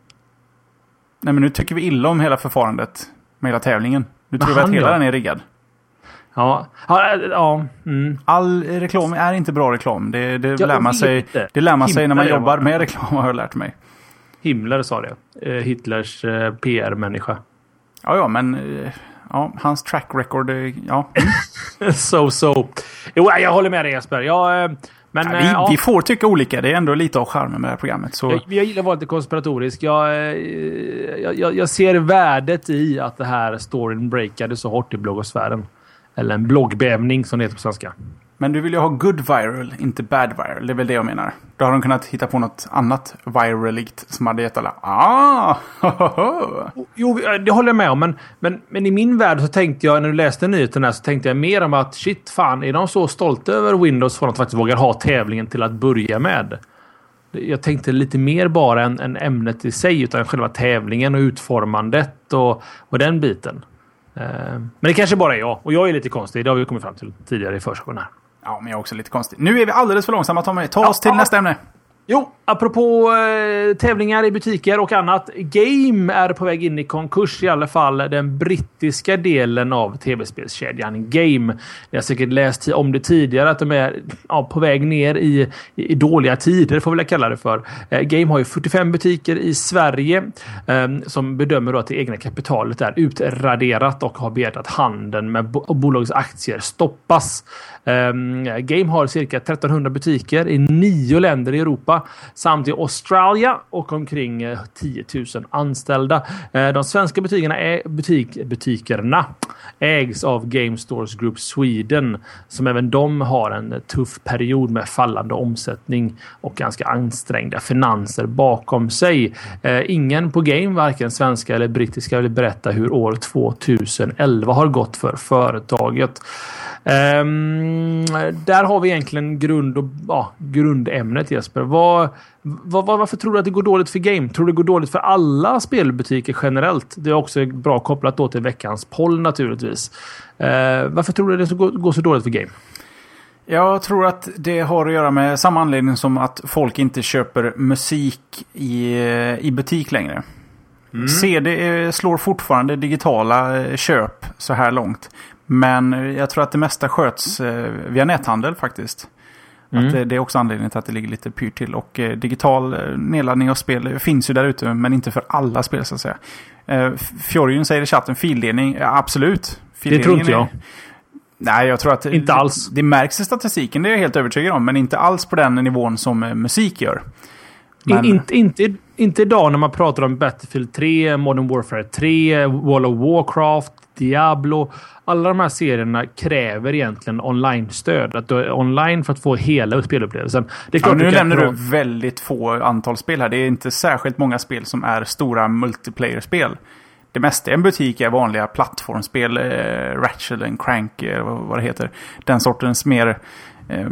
[SPEAKER 1] Nej, men nu tycker vi illa om hela förfarandet med hela tävlingen. Nu tror vi att hela då? Den är riggad.
[SPEAKER 2] Ja, ja, ja mm.
[SPEAKER 1] All reklam är inte bra reklam. Det, det, ja, lär man sig, det lär man sig när man jobbar med reklam, har jag lärt mig.
[SPEAKER 2] Himmler sa det. Eh, Hitlers eh, P R-människa.
[SPEAKER 1] Ja, ja, men eh, ja, hans track record, eh, ja.
[SPEAKER 2] so, so. Jo, jag håller med dig, Jesper. Jag, eh, men,
[SPEAKER 1] ja, vi,
[SPEAKER 2] eh, ja.
[SPEAKER 1] vi får tycka olika. Det är ändå lite av charmen med det här programmet. Så.
[SPEAKER 2] Jag, jag gillar att vara lite konspiratorisk. Jag, eh, jag, jag ser värdet i att det här storyn breakade så hårt i bloggosfären. Eller en bloggbävning som det heter på svenska.
[SPEAKER 1] Men du vill ju ha good viral, inte bad viral. Det är väl det jag menar. Då har de kunnat hitta på något annat viraligt som hade gett alla. Ah!
[SPEAKER 2] Jo, det håller jag med om. Men, men, men i min värld så tänkte jag, när du läste nyheten här, så tänkte jag mer om att shit, fan, är de så stolta över Windows för att faktiskt vågar ha tävlingen till att börja med? Jag tänkte lite mer bara än, än ämnet i sig, utan själva tävlingen och utformandet och, och den biten. Men det kanske bara är jag. Och jag är lite konstig. Det har vi kommit fram till tidigare i förskollen här.
[SPEAKER 1] Ja, men jag är också lite konstig. Nu är vi alldeles för långsamma. Ta, med. Ta oss ja, till ja. nästa ämne.
[SPEAKER 2] Jo, apropå eh, tävlingar i butiker och annat. Game är på väg in i konkurs, i alla fall den brittiska delen av tv-spelskedjan Game. Jag har säkert läst om det tidigare, att de är ja, på väg ner i, i, i dåliga tider, får vi väl kalla det för. Eh, Game har ju fyrtiofem butiker i Sverige eh, som bedömer då att det egna kapitalet är utraderat och har begärt att handeln med bo- bolagets aktier stoppas. Eh, Game har cirka trettonhundra butiker i nio länder i Europa. Europa samt i Australien och omkring tio tusen anställda. De svenska butikerna, är, butik, butikerna ägs av Game Stores Group Sweden, som även de har en tuff period med fallande omsättning och ganska ansträngda finanser bakom sig. Ingen på Game, varken svenska eller brittiska, vill berätta hur år tjugoelva har gått för företaget. Um, där har vi egentligen grund och, ja, grundämnet, Jesper. Vad, vad, varför tror du att det går dåligt för Game? Tror du det går dåligt för alla spelbutiker generellt? Det är också bra kopplat då till veckans poll naturligtvis. Uh, varför tror du att det går, går så dåligt för Game?
[SPEAKER 1] Jag tror att det har att göra med samma anledning som att folk inte köper musik i, i butik längre. Mm. C D slår fortfarande digitala köp så här långt. Men jag tror att det mesta sköts eh, via näthandel faktiskt. Mm. Att det, det är också anledningen till att det ligger lite pyrt till. Och eh, digital eh, nedladdning av spel finns ju där ute, men inte för alla spel så att säga. Eh, Fjorjun säger i chatten, fildelning, ja, absolut.
[SPEAKER 2] Det tror inte jag.
[SPEAKER 1] Är, nej, jag tror att
[SPEAKER 2] inte alls.
[SPEAKER 1] Det, det märks i statistiken, det är jag helt övertygad om. Men inte alls på den nivån som eh, musik gör.
[SPEAKER 2] Men... In, inte, inte, inte idag när man pratar om Battlefield tre, Modern Warfare tre, World of Warcraft, Diablo. Alla de här serierna kräver egentligen online-stöd. Att du är online för att få hela spelupplevelsen. Det är klart,
[SPEAKER 1] ja, nu
[SPEAKER 2] du
[SPEAKER 1] nämner
[SPEAKER 2] prov-
[SPEAKER 1] du väldigt få antal spel här. Det är inte särskilt många spel som är stora multiplayer-spel. Det mesta i en butik är vanliga plattformsspel. Eh, Ratchet and Crank, eh, vad, vad det heter. Den sortens mer eh,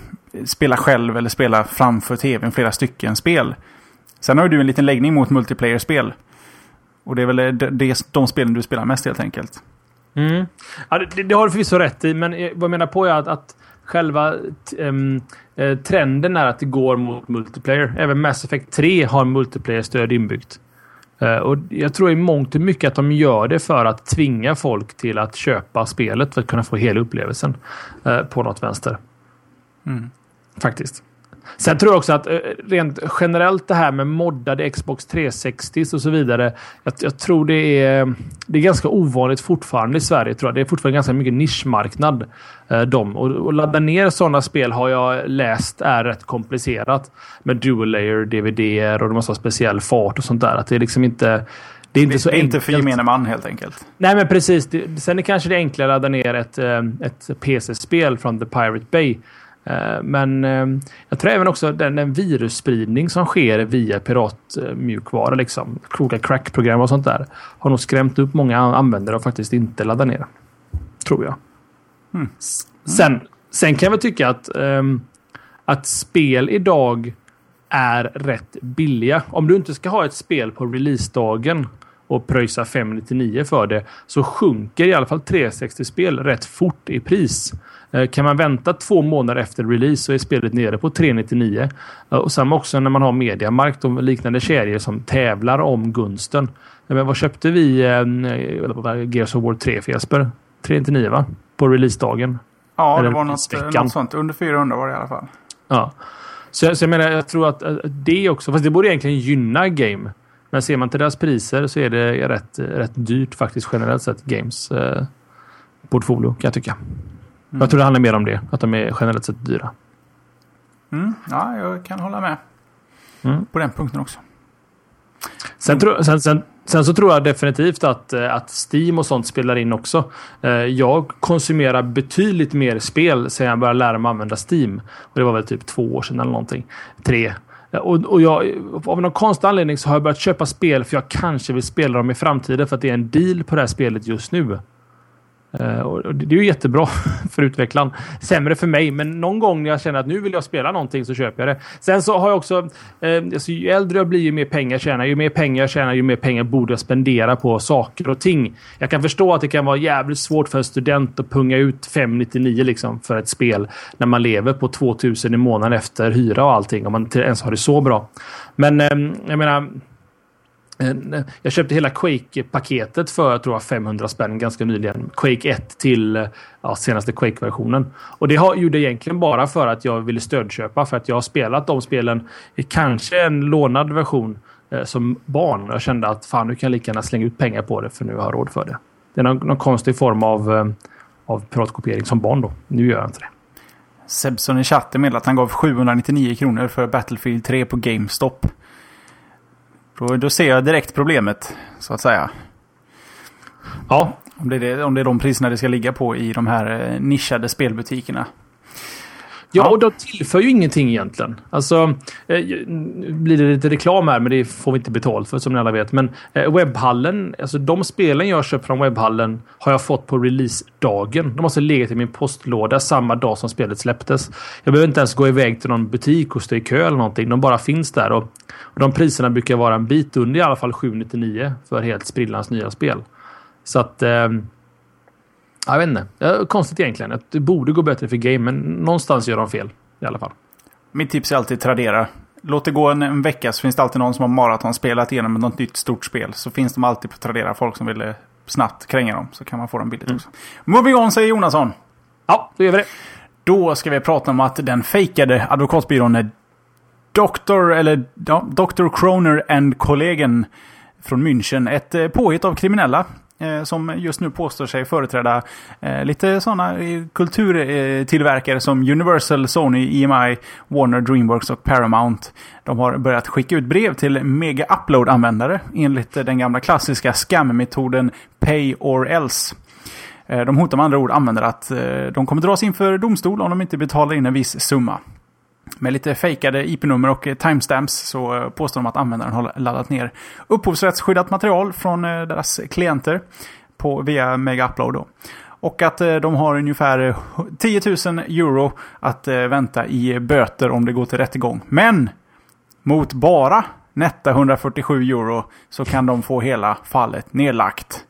[SPEAKER 1] spela själv eller spela framför tvn flera stycken spel. Sen har du en liten läggning mot multiplayer-spel. Och det är väl det, det, de spelen du spelar mest helt enkelt.
[SPEAKER 2] Mm. Ja, det, det har du förvisso rätt i, men vad jag menar på är att, att själva t- um, eh, trenden är att det går mot multiplayer. Även Mass Effect tre har multiplayer-stöd inbyggt. Uh, och jag tror i mångt och mycket att de gör det för att tvinga folk till att köpa spelet för att kunna få hela upplevelsen uh, på något vänster.
[SPEAKER 1] Mm.
[SPEAKER 2] Faktiskt. Sen tror jag också att rent generellt det här med moddade Xbox trehundrasextio och så vidare, jag, jag tror det är, det är ganska ovanligt fortfarande i Sverige, tror jag. Det är fortfarande ganska mycket nischmarknad. Eh, de. Och, och ladda ner sådana spel har jag läst är rätt komplicerat. Med dual layer, D V D och de måste ha speciell fart och sånt där. Att det är liksom inte... Det är inte,
[SPEAKER 1] det,
[SPEAKER 2] så
[SPEAKER 1] det är inte för
[SPEAKER 2] enkelt.
[SPEAKER 1] gemene man helt enkelt.
[SPEAKER 2] Nej, men precis. Det, sen är kanske det enklare att ladda ner ett, ett P C-spel från The Pirate Bay. Men jag tror även också den, den virusspridning som sker via piratmjukvara, liksom kroka crackprogram och sånt där, har nog skrämt upp många användare och faktiskt inte ladda ner. Tror jag. Mm. Mm. Sen, sen kan jag väl tycka att, um, att spel idag är rätt billiga. Om du inte ska ha ett spel på releasedagen och pröjsa fem nittionio för det, så sjunker i alla fall trehundrasextio-spel rätt fort i pris. Kan man vänta två månader efter release så är spelet nere på tre nittionio. Och samma också när man har Mediamarkt och liknande serier som tävlar om gunsten. Men vad köpte vi eh, Gears of War tre för Jesper? tre nittionio, va? På releasedagen.
[SPEAKER 1] Ja, det var något, något sånt. Under fyrahundra var det i alla fall.
[SPEAKER 2] Ja. Så, så jag menar, jag tror att det också, fast det borde egentligen gynna Game. Men ser man till deras priser så är det rätt, rätt dyrt faktiskt generellt sett, Games eh, portfolio, kan jag tycka. Mm. Jag tror det handlar mer om det, att de är generellt sett dyra.
[SPEAKER 1] Mm. Ja, jag kan hålla med
[SPEAKER 2] mm.
[SPEAKER 1] på den punkten också.
[SPEAKER 2] Sen, tro, sen, sen, sen så tror jag definitivt att, att Steam och sånt spelar in också. Jag konsumerar betydligt mer spel sen jag började lära mig använda Steam. Och det var väl typ två år sedan eller någonting. Tre. Och, och jag, av någon konstig anledning så har jag börjat köpa spel för jag kanske vill spela dem i framtiden för att det är en deal på det här spelet just nu. Uh, och det är ju jättebra för utvecklaren. Sämre för mig, men någon gång när jag känner att nu vill jag spela någonting så köper jag det. Sen så har jag också, uh, alltså, ju äldre jag blir ju mer pengar jag tjänar. Ju mer pengar jag tjänar, ju mer pengar borde jag spendera på saker och ting. Jag kan förstå att det kan vara jävligt svårt för en student att punga ut fem nittionio liksom för ett spel när man lever på tvåtusen i månaden efter hyra och allting, om man inte ens har det så bra. Men um, jag menar, jag köpte hela Quake-paketet för jag tror femhundra spänn ganska nyligen. Quake ett till ja, senaste Quake-versionen. Och det har, gjorde jag egentligen bara för att jag ville stödköpa. För att jag har spelat de spelen i kanske en lånad version eh, som barn. Jag kände att fan, nu kan jag lika gärna slänga ut pengar på det för nu har jag råd för det. Det är någon, någon konstig form av, eh, av piratkopiering som barn då. Nu gör jag inte det.
[SPEAKER 1] Sebson i chatten med att han gav sjuhundranittionio kronor för Battlefield tre på GameStop. Då, då ser jag direkt problemet, så att säga.
[SPEAKER 2] Ja.
[SPEAKER 1] Om det, är det, om det är de priserna det ska ligga på i de här eh, nischade spelbutikerna.
[SPEAKER 2] Ja, och de tillför ju ingenting egentligen. Alltså, eh, blir det lite reklam här, men det får vi inte betalt för, som ni alla vet. Men eh, webbhallen, alltså de spelen jag köpt från webbhallen har jag fått på release-dagen. De måste legat i min postlåda samma dag som spelet släpptes. Jag behöver inte ens gå iväg till någon butik och stå i kö eller någonting. De bara finns där. Och, och de priserna brukar vara en bit under i alla fall sjuhundranittionio för helt sprillans nya spel. Så att... Eh, jag vet inte. Det är konstigt egentligen. Det borde gå bättre för game, men någonstans gör de fel i alla fall.
[SPEAKER 1] Mitt tips är alltid Tradera. Låt det gå en, en vecka så finns det alltid någon som har maraton spelat igenom något nytt stort spel. Så finns de alltid på Tradera. Folk som vill snabbt kränga dem. Så kan man få dem billigt mm. också. Moving on, säger Jonasson.
[SPEAKER 2] Ja, då gör vi det.
[SPEAKER 1] Då ska vi prata om att den fejkade advokatbyrån är Doktor eller ja, doktor Kroner and kollegen från München. Ett eh, påhitt av kriminella. Som just nu påstår sig företräda eh, lite sådana kulturtillverkare som Universal, Sony, E M I, Warner, Dreamworks och Paramount. De har börjat skicka ut brev till Mega Upload-användare enligt den gamla klassiska scam-metoden Pay or Else. Eh, de hotar med andra ord användare att eh, de kommer dras inför domstol om de inte betalar in en viss summa. Med lite fejkade I P-nummer och timestamps så påstår de att användaren har laddat ner upphovsrättsskyddat material från deras klienter på, via Mega Upload då. Och att de har ungefär tio tusen euro att vänta i böter om det går till rättegång. Men mot bara netta hundrafyrtiosju euro så kan de få hela fallet nedlagt.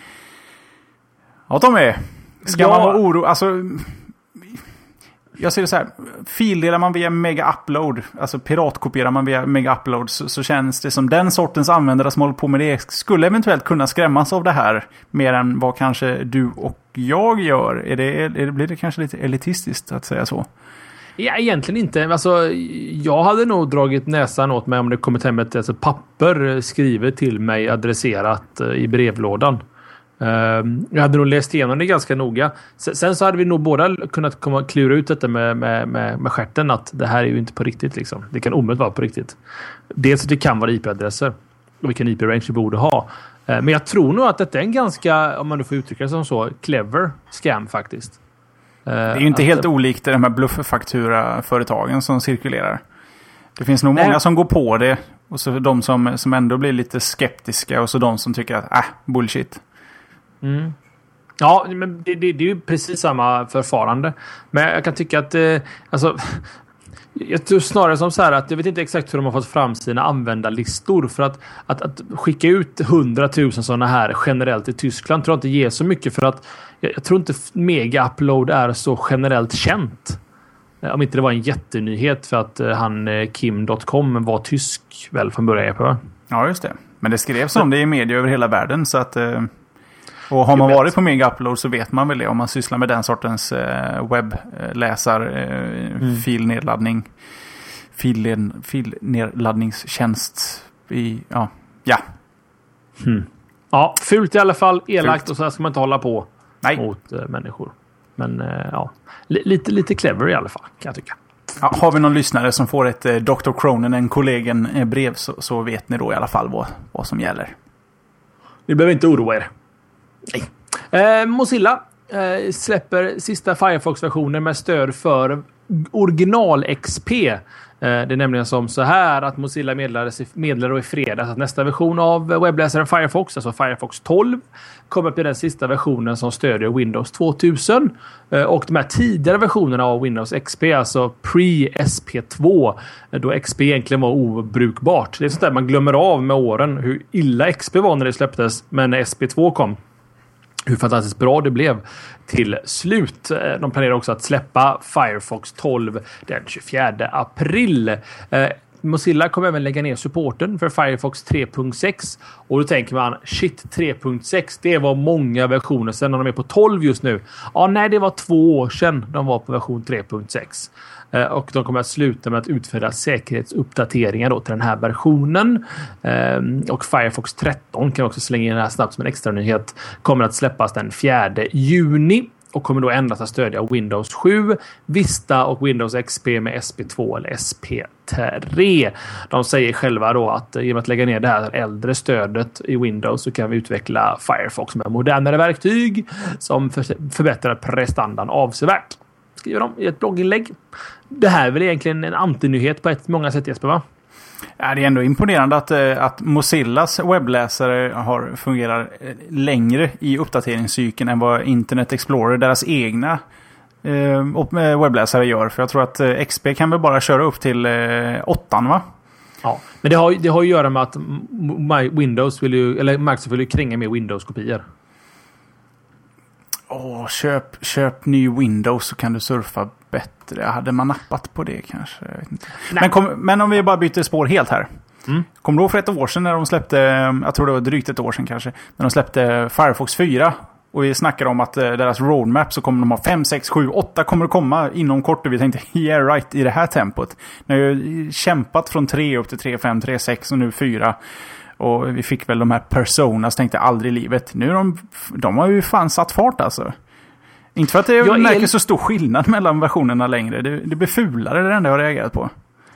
[SPEAKER 1] Ja, Tommy, ska ja. man vara oro... Alltså... Jag ser det så här, fildelar man via Mega Upload, alltså piratkopierar man via Mega Upload så, så känns det som den sortens användare som håller på med det skulle eventuellt kunna skrämmas av det här mer än vad kanske du och jag gör. Är det, är det, blir det kanske lite elitistiskt att säga så?
[SPEAKER 2] Ja, egentligen inte. Alltså, jag hade nog dragit näsan åt mig om det kommit hem ett alltså, papper skrivet till mig adresserat uh, i brevlådan. Uh, jag hade nog läst igenom det ganska noga. Sen, sen så hade vi nog båda kunnat komma klura ut detta med, med, med, med stjärten att det här är ju inte på riktigt. Liksom. Det kan omöjligt vara på riktigt. Dels att det kan vara I P-adresser och vilken I P-range vi borde ha. Uh, men jag tror nog att detta är en ganska, om man nu får uttrycka det som så, clever scam faktiskt.
[SPEAKER 1] Uh, det är ju inte att, helt olikt de här bluffaktura-företagen som cirkulerar. Det finns nog nej. många som går på det och så de som, som ändå blir lite skeptiska och så de som tycker att äh, bullshit.
[SPEAKER 2] Mm. Ja, men det, det, det är ju precis samma förfarande. Men jag kan tycka att eh, alltså, jag tror snarare som så här att jag vet inte exakt hur de har fått fram sina användarlistor för att, att, att skicka ut hundratusen sådana här generellt i Tyskland tror jag inte ger så mycket för att jag, jag tror inte Mega Upload är så generellt känt. Om inte det var en jättenyhet för att eh, han eh, Kim dot com var tysk väl från början på.
[SPEAKER 1] Ja, just det. Men det skrevs om det i media över hela världen så att eh... Och har man varit på Mega Upload så vet man väl det om man sysslar med den sortens eh, webbläsar eh, mm. filnedladdning fil, filnedladdningstjänst i, ja. Ja.
[SPEAKER 2] Mm. Ja, fult i alla fall, elakt fult. Och så här ska man inte hålla på
[SPEAKER 1] Nej.
[SPEAKER 2] mot eh, människor. Men eh, ja, L- lite, lite clever i alla fall kan jag tycka.
[SPEAKER 1] Ja, har vi någon lyssnare som får ett eh, doktor Cronin, en kollegen eh, brev så, så vet ni då i alla fall vad, vad som gäller.
[SPEAKER 2] Ni behöver inte oroa er. Nej. Eh, Mozilla eh, släpper sista Firefox-versionen med stöd för original X P. Eh, det är nämligen som så här att Mozilla meddelade i fredags att nästa version av webbläsaren Firefox, alltså Firefox tolv, kommer bli den sista versionen som stödjer Windows tvåtusen. Eh, och de här tidigare versionerna av Windows X P, alltså pre-S P två, då X P egentligen var obrukbart. Det är sånt där man glömmer av med åren hur illa X P var när det släpptes, men när S P två kom. Hur fantastiskt bra det blev till slut. De planerar också att släppa Firefox tolv den tjugofjärde april. Eh, Mozilla kommer även lägga ner supporten för Firefox tre punkt sex. Och då tänker man, shit, tre punkt sex, det var många versioner sedan. De är på tolv just nu. Ja, nej, det var två år sedan de var på version tre punkt sex. Och de kommer att sluta med att utföra säkerhetsuppdateringar då till den här versionen. Och Firefox tretton kan också slänga in det här snabbt som en extra nyhet. Kommer att släppas den fjärde juni. och kommer då endast att stödja Windows sju, Vista och Windows X P med S P två eller S P tre. De säger själva då att genom att lägga ner det här äldre stödet i Windows så kan vi utveckla Firefox med modernare verktyg som för- förbättrar prestandan avsevärt. Skriver de i ett blogginlägg. Det här är väl egentligen en antinyhet på ett många sätt, Jesper, va?
[SPEAKER 1] Ja, det är ändå imponerande att, att Mozillas webbläsare har fungerar längre i uppdateringscykeln än vad Internet Explorer, deras egna eh, webbläsare gör. För jag tror att eh, X P kan väl bara köra upp till eh, åttan, va?
[SPEAKER 2] Ja, men det har, det har att göra med att Windows vill ju, eller Microsoft vill ju kränga med Windows-kopior.
[SPEAKER 1] Åh, köp, köp ny Windows så kan du surfa bättre. Hade man nappat på det kanske? Jag vet inte. Men, kom, men om vi bara byter spår helt här. Mm. Kommer du ihåg för ett år sedan när de släppte, jag tror det var drygt ett år sedan kanske, när de släppte Firefox fyra och vi snackade om att deras roadmap så kommer de ha fem, sex, sju, åtta kommer att komma inom kort och vi tänkte, yeah right, i det här tempot. När jag kämpat från tre upp till tre, fem, tre, sex och nu fyra. Och vi fick väl de här personas, tänkte aldrig i livet. Nu är de, de har ju fan satt fart alltså. Inte för att jag, jag märker är... så stor skillnad mellan versionerna längre. Det, det blir fulare, det enda jag har reagerat på.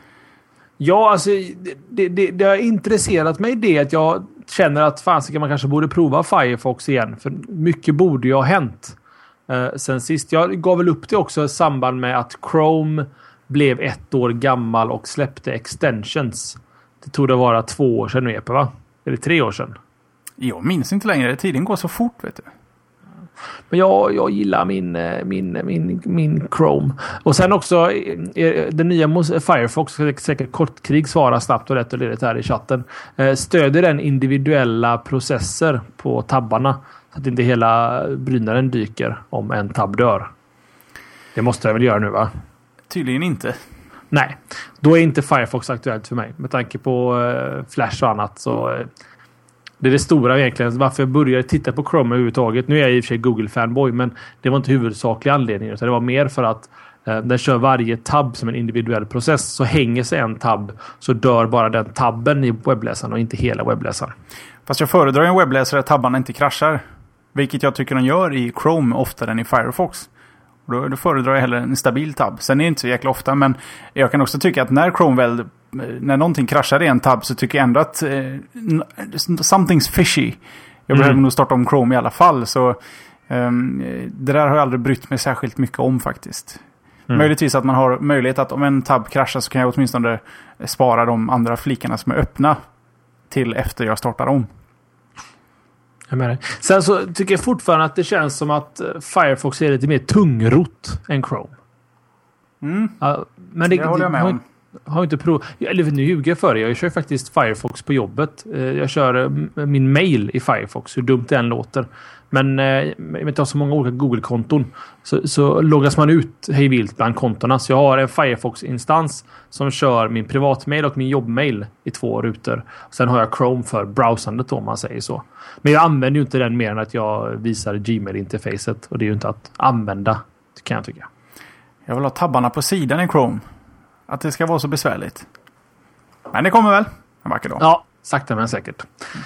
[SPEAKER 2] Ja, alltså det, det, det har intresserat mig det att jag känner att fan så man kanske borde prova Firefox igen. För mycket borde ju ha hänt eh, sen sist. Jag gav väl upp det också i samband med att Chrome blev ett år gammal och släppte extensions. Det tog det vara två år sedan nu, Epe, va? Eller tre år sedan.
[SPEAKER 1] Jag minns inte längre. Tiden går så fort, vet du.
[SPEAKER 2] Men jag, jag gillar min, min, min, min Chrome. Och sen också den nya Firefox, säkert kortkrig svarar snabbt och rätt och ledigt här i chatten. Stödjer den individuella processer på tabbarna så att inte hela brynaren dyker om en tabb dör. Det måste jag väl göra nu, va?
[SPEAKER 1] Tydligen inte.
[SPEAKER 2] Nej, då är inte Firefox aktuellt för mig. Med tanke på uh, Flash och annat så uh, det är det stora egentligen. Varför jag började titta på Chrome överhuvudtaget. Nu är jag i och för sig Google-fanboy, men det var inte huvudsaklig anledning. Utan det var mer för att uh, den kör varje tab som en individuell process. Så hänger sig en tab så dör bara den tabben i webbläsaren och inte hela webbläsaren.
[SPEAKER 1] Fast jag föredrar en webbläsare att tabbarna inte kraschar. Vilket jag tycker de gör i Chrome oftare än i Firefox. Då, då föredrar jag hellre en stabil tab. Sen är det inte så jäkla ofta, men jag kan också tycka att när Chrome väl, när någonting kraschar i en tab så tycker jag ändå att eh, something's fishy. Jag behöver mm. nog starta om Chrome i alla fall. Så eh, det där har jag aldrig brytt mig särskilt mycket om faktiskt. Mm. Möjligtvis att man har möjlighet att om en tab kraschar så kan jag åtminstone spara de andra flikarna som är öppna till efter jag startar om.
[SPEAKER 2] Jag menar. Sen så tycker jag fortfarande att det känns som att Firefox är lite mer tungrot än Chrome.
[SPEAKER 1] Mm.
[SPEAKER 2] Ja, men det,
[SPEAKER 1] det håller jag med
[SPEAKER 2] har,
[SPEAKER 1] om.
[SPEAKER 2] Har inte prov. Eller nu ljuger jag för det. Jag kör faktiskt Firefox på jobbet. Jag kör min mail i Firefox. Hur dumt det än låter. Men jag vet inte så många olika Google-konton. Så, så loggas man ut hej vilt bland kontona. Så jag har en Firefox-instans som kör min privatmail och min jobbmail i två rutor. Sen har jag Chrome för browsandet om man säger så. Men jag använder ju inte den mer än att jag visar Gmail-interfacet. Och det är ju inte att använda, kan jag tycka.
[SPEAKER 1] Jag vill ha tabbarna på sidan i Chrome. Att det ska vara så besvärligt. Men det kommer väl en vacker dag.
[SPEAKER 2] Ja, sakta men säkert.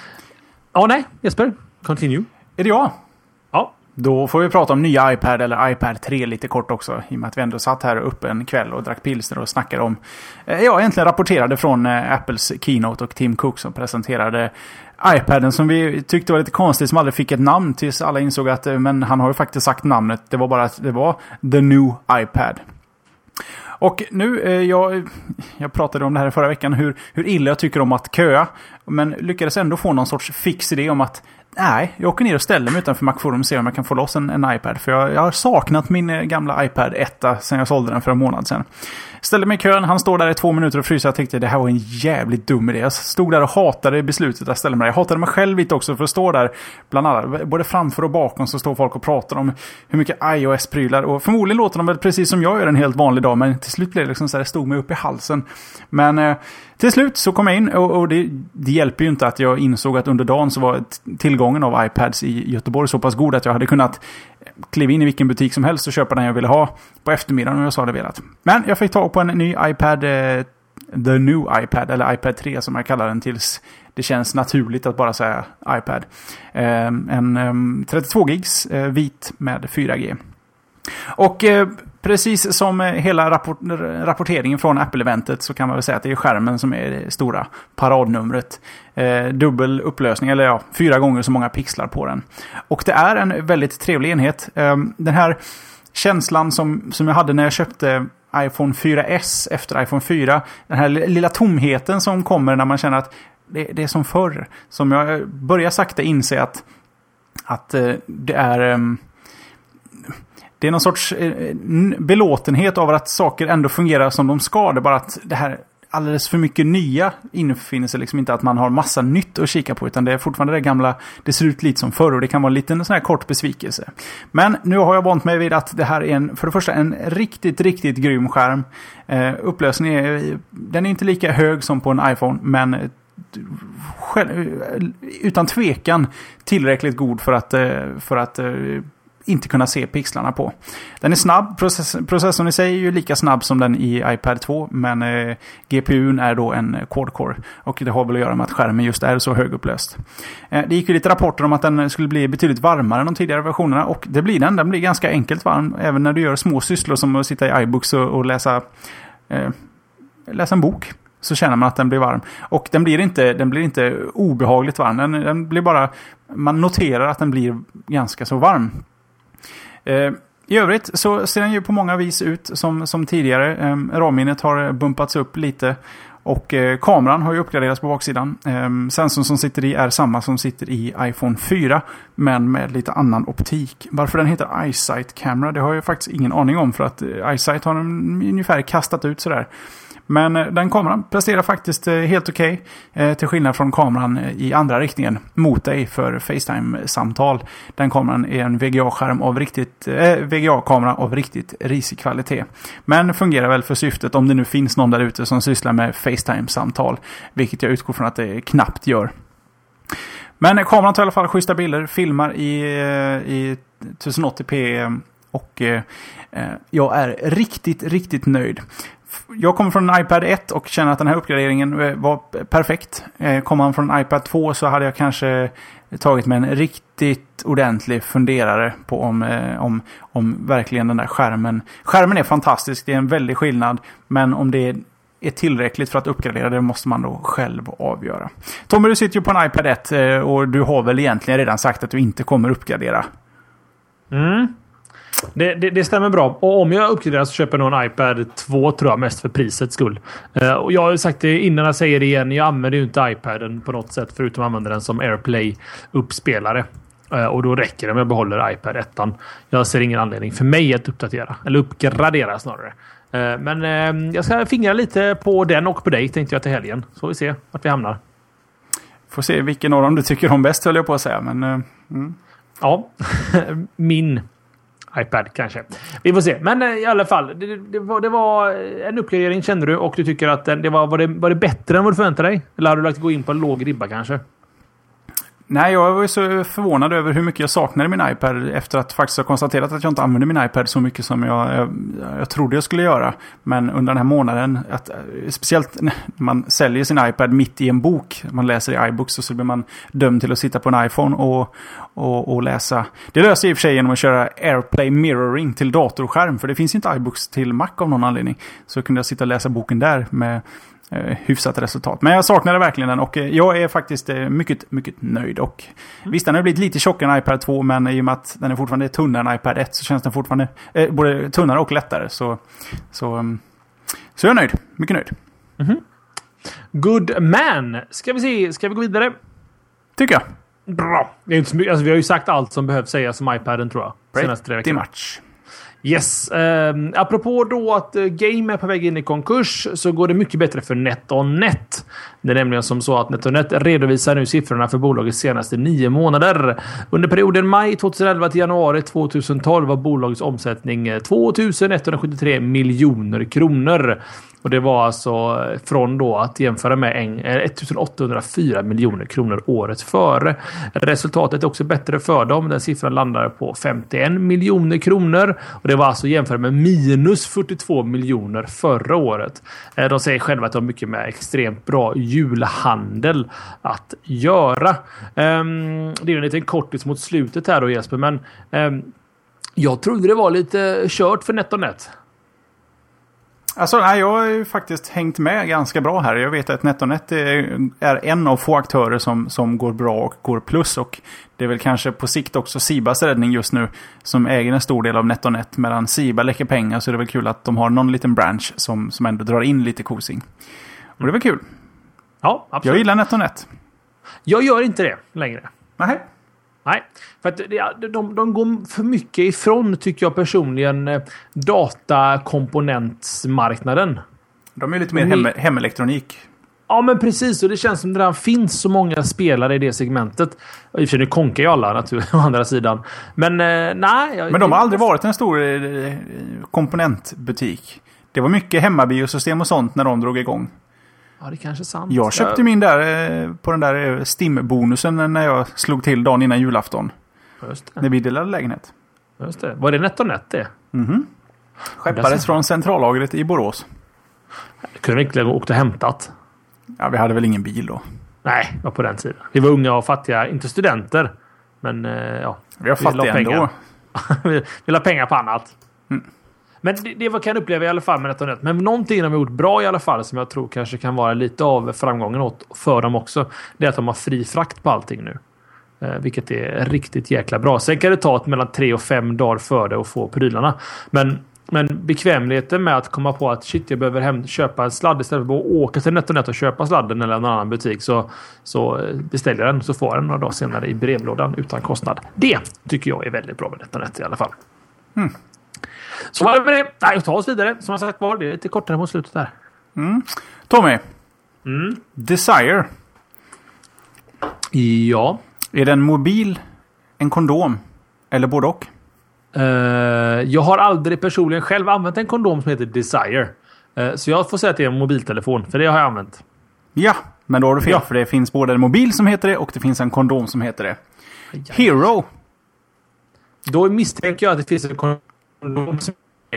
[SPEAKER 2] Ja, nej, Jesper. Continue.
[SPEAKER 1] Är det jag?
[SPEAKER 2] Ja.
[SPEAKER 1] Då får vi prata om nya iPad eller iPad tre lite kort också. I och med att vi ändå satt här uppe en kväll och drack pilsner och snackade om... Eh, ja, egentligen rapporterade från eh, Apples keynote och Tim Cook som presenterade iPaden som vi tyckte var lite konstigt, som aldrig fick ett namn tills alla insåg att eh, men han har ju faktiskt sagt namnet. Det var bara att det var The New iPad. Och nu, eh, jag, jag pratade om det här förra veckan, hur, hur illa jag tycker om att köa. Men lyckades ändå få någon sorts fix idé om att nej, jag åker ner och ställer mig utanför Macforum och ser om jag kan få loss en, en iPad. För jag, jag har saknat min gamla iPad ett sen jag sålde den för en månad sedan. Ställde mig i kön, han står där i två minuter och fryser. Jag tyckte det här var en jävligt dum idé. Jag stod där och hatade beslutet att ställa mig där. Jag hatade mig själv lite också för att stå där bland alla. Både framför och bakom så står folk och pratar om hur mycket iOS-prylar. Och förmodligen låter de väl precis som jag gör en helt vanlig dag. Men till slut blev det liksom så här, det stod mig upp i halsen. Men eh, till slut så kom jag in och, och det, det hjälper ju inte att jag insåg att under dagen så var tillgången av iPads i Göteborg så pass god att jag hade kunnat kliva in i vilken butik som helst och köpa den jag ville ha på eftermiddagen om jag så hade velat. Men jag fick tag på en ny iPad, eh, The New iPad, eller iPad tre som jag kallar den tills det känns naturligt att bara säga iPad. Eh, en eh, trettiotvå gigs eh, vit med fyra G. Och eh, precis som hela rapport, rapporteringen från Apple-eventet så kan man väl säga att det är skärmen som är det stora paradnumret. Eh, dubbel upplösning, eller ja, fyra gånger så många pixlar på den. Och det är en väldigt trevlig enhet. Eh, den här känslan som, som jag hade när jag köpte iPhone fyra S efter iPhone fyra. Den här lilla tomheten som kommer när man känner att det, det är som förr. Som jag börjar sakta inse att, att eh, det är... Eh, Det är någon sorts eh, belåtenhet av att saker ändå fungerar som de ska. Det är bara att det här alldeles för mycket nya infinner sig liksom inte att man har massa nytt att kika på, utan det är fortfarande det gamla, det ser ut lite som förr och det kan vara en liten sån här kort besvikelse. Men nu har jag vant mig vid att det här är en, för det första en riktigt, riktigt grym skärm. Eh, upplösningen är, den är inte lika hög som på en iPhone, men själv, utan tvekan tillräckligt god för att, för att inte kunna se pixlarna på. Den är snabb. Process- processorn i sig är ju lika snabb som den i iPad två, men eh, G P U:n är då en quad-core. Och det har väl att göra med att skärmen just är så högupplöst. Eh, det gick ju lite rapporter om att den skulle bli betydligt varmare än de tidigare versionerna, och det blir den. Den blir ganska enkelt varm, även när du gör små sysslor som att sitta i iBooks och, och läsa, eh, läsa en bok. Så känner man att den blir varm. Och den blir inte, den blir inte obehagligt varm. Den, den blir bara, man noterar att den blir ganska så varm. Eh, I övrigt så ser den ju på många vis ut som, som tidigare. Eh, RAM-minnet har bumpats upp lite. Och eh, kameran har ju uppgraderats på baksidan. Eh, sensorn som sitter i är samma som sitter i iPhone fyra. Men med lite annan optik. Varför den heter iSight Camera, det har jag faktiskt ingen aning om. För att eh, iSight har den ungefär kastat ut sådär. Men den kameran presterar faktiskt helt okej. Okay, till skillnad från kameran i andra riktningen mot dig för FaceTime-samtal. Den kameran är en V G A-skärm av riktigt, äh, V G A-kamera av riktigt risig kvalitet. Men fungerar väl för syftet om det nu finns någon där ute som sysslar med FaceTime-samtal. Vilket jag utgår från att det knappt gör. Men kameran tar i alla fall schyssta bilder. Filmar i, i tusen åttio p och eh, jag är riktigt, riktigt nöjd. Jag kommer från en iPad ett och känner att den här uppgraderingen var perfekt. Kommer man från en iPad två så hade jag kanske tagit med en riktigt ordentlig funderare på om, om, om verkligen den där skärmen. Skärmen är fantastisk, det är en väldig skillnad. Men om det är tillräckligt för att uppgradera det måste man då själv avgöra. Tommy, du sitter ju på en iPad ett och du har väl egentligen redan sagt att du inte kommer uppgradera.
[SPEAKER 2] Mm. Det, det, det stämmer bra. Och om jag uppgraderar så köper jag nog en iPad två, tror jag, mest för prisets skull. Uh, och jag har sagt det innan, jag säger det igen. Jag använder ju inte iPaden på något sätt förutom att använda den som AirPlay-uppspelare. Uh, och då räcker det om jag behåller iPad ett. Jag ser ingen anledning för mig att uppdatera. Eller uppgradera snarare. Uh, men uh, jag ska fingra lite på den och på dig, tänkte jag, till helgen. Så vi ser vart vi hamnar.
[SPEAKER 1] Får se vilken av dem du tycker om bäst, höll jag på att säga. Men, uh, mm.
[SPEAKER 2] Ja, min iPad kanske. Vi får se. Men i alla fall, det, det, var, det var en uppgradering, kände du, och du tycker att det var, var, det, var det bättre än vad du förväntade dig? Eller har du lagt gå in på en låg ribba kanske?
[SPEAKER 1] Nej, jag var så förvånad över hur mycket jag saknade min iPad efter att faktiskt ha konstaterat att jag inte använde min iPad så mycket som jag, jag, jag trodde jag skulle göra. Men under den här månaden, att, speciellt när man säljer sin iPad mitt i en bok, man läser i iBooks, och så blir man dömd till att sitta på en iPhone och, och, och läsa. Det löser jag i och för sig genom att köra AirPlay Mirroring till datorskärm, för det finns inte iBooks till Mac av någon anledning. Så kunde jag sitta och läsa boken där med Eh, hyfsat resultat. Men jag saknade verkligen den och eh, jag är faktiskt eh, mycket, mycket nöjd. Och mm. visst, den har blivit lite tjockare än iPad två, men i och med att den är fortfarande tunnare än iPad ett så känns den fortfarande eh, både tunnare och lättare. Så, så, um, så jag är nöjd. Mycket nöjd.
[SPEAKER 2] Mm-hmm. Good man. Ska vi se, ska vi gå vidare?
[SPEAKER 1] Tycker jag.
[SPEAKER 2] Bra. Det är inte så mycket, alltså, vi har ju sagt allt som behövs sägas om iPaden, tror jag.
[SPEAKER 1] Senaste tre veckorna. Match.
[SPEAKER 2] Yes. Um, apropå då att uh, Game är på väg in i konkurs, så går det mycket bättre för NetOnNet. Det är nämligen som så att NetOnNet redovisar nu siffrorna för bolagets senaste nio månader. Under perioden maj tjugoelva till januari tjugotolv var bolagets omsättning tvåtusen etthundrasjuttiotre miljoner kronor. Och det var alltså från då att jämföra med en, ettusen åttahundrafyra miljoner kronor året före. Resultatet är också bättre för dem. Den siffran landar på femtioen miljoner kronor. Och det var alltså jämfört med minus fyrtiotvå miljoner förra året. De säger själva att de har mycket med extremt bra julhandel att göra. Det är en liten kortis mot slutet här då, Jesper, men Jag trodde det var lite kört för NetOnNet.
[SPEAKER 1] Alltså, nej, jag har ju faktiskt hängt med ganska bra här. Jag vet att NetOnNet är, är en av få aktörer som, som går bra och går plus. Och det är väl kanske på sikt också Sibas räddning just nu som äger en stor del av NetOnNet. Medan Siba läcker pengar, så är det väl kul att de har någon liten branch som, som ändå drar in lite kosing. Och det är väl kul.
[SPEAKER 2] Ja, absolut.
[SPEAKER 1] Jag gillar NetOnNet.
[SPEAKER 2] Jag gör inte det längre.
[SPEAKER 1] Nej.
[SPEAKER 2] Nej, för att de, de, de går för mycket ifrån, tycker jag personligen, datakomponentsmarknaden.
[SPEAKER 1] De är lite mer hem, hemelektronik.
[SPEAKER 2] Ja, men precis. Och det känns som det redan finns så många spelare i det segmentet. I och för sig, nu konkar ju alla naturligtvis å andra sidan. Men eh, nej. Jag,
[SPEAKER 1] men de har aldrig varit en stor eh, komponentbutik. Det var mycket hemmabiosystem och sånt när de drog igång.
[SPEAKER 2] Ja, det är kanske sant.
[SPEAKER 1] Jag köpte min där på den där Steam-bonusen när jag slog till dagen innan julafton.
[SPEAKER 2] Just det.
[SPEAKER 1] När vi delade lägenhet.
[SPEAKER 2] Just det. Var det NetOnNet det?
[SPEAKER 1] Mhm. Skeppades från centrallagret i Borås.
[SPEAKER 2] Det kunde vi inte åkt och hämtat.
[SPEAKER 1] Ja, vi hade väl ingen bil då.
[SPEAKER 2] Nej, var på den tiden. Vi var unga och fattiga, inte studenter. Men ja.
[SPEAKER 1] Vi har fattiga ändå.
[SPEAKER 2] Vi vill ha pengar på annat.
[SPEAKER 1] Mm.
[SPEAKER 2] Men det, det var kan jag uppleva i alla fall med NetOnNet. Men någonting de har gjort bra i alla fall, som jag tror kanske kan vara lite av framgången åt för dem också, det är att de har fri frakt på allting nu. Eh, vilket är riktigt jäkla bra. Sen kan det ta ett mellan tre och fem dagar för det att få prylarna. Men, men bekvämligheten med att komma på att shit, jag behöver hem, köpa en sladd istället för att åka till NetOnNet och köpa sladden eller en annan butik, så, så beställer jag den, så får jag den några dagar senare i brevlådan utan kostnad. Det tycker jag är väldigt bra med NetOnNet i alla fall. Mm. Så var det med det. Nej, ta oss vidare. Som jag sagt var, det är lite kortare mot slutet där.
[SPEAKER 1] Mm. Tommy.
[SPEAKER 2] Mm.
[SPEAKER 1] Desire.
[SPEAKER 2] Ja.
[SPEAKER 1] Är den mobil, en kondom eller både och?
[SPEAKER 2] Uh, jag har aldrig personligen själv använt en kondom som heter Desire. Uh, så jag får säga att det är en mobiltelefon, för det har jag använt.
[SPEAKER 1] Ja, men då har du fel.
[SPEAKER 2] Ja.
[SPEAKER 1] För det finns både en mobil som heter det och det finns en kondom som heter det.
[SPEAKER 2] Aj, aj.
[SPEAKER 1] Hero.
[SPEAKER 2] Då misstänker jag att det finns en kondom som...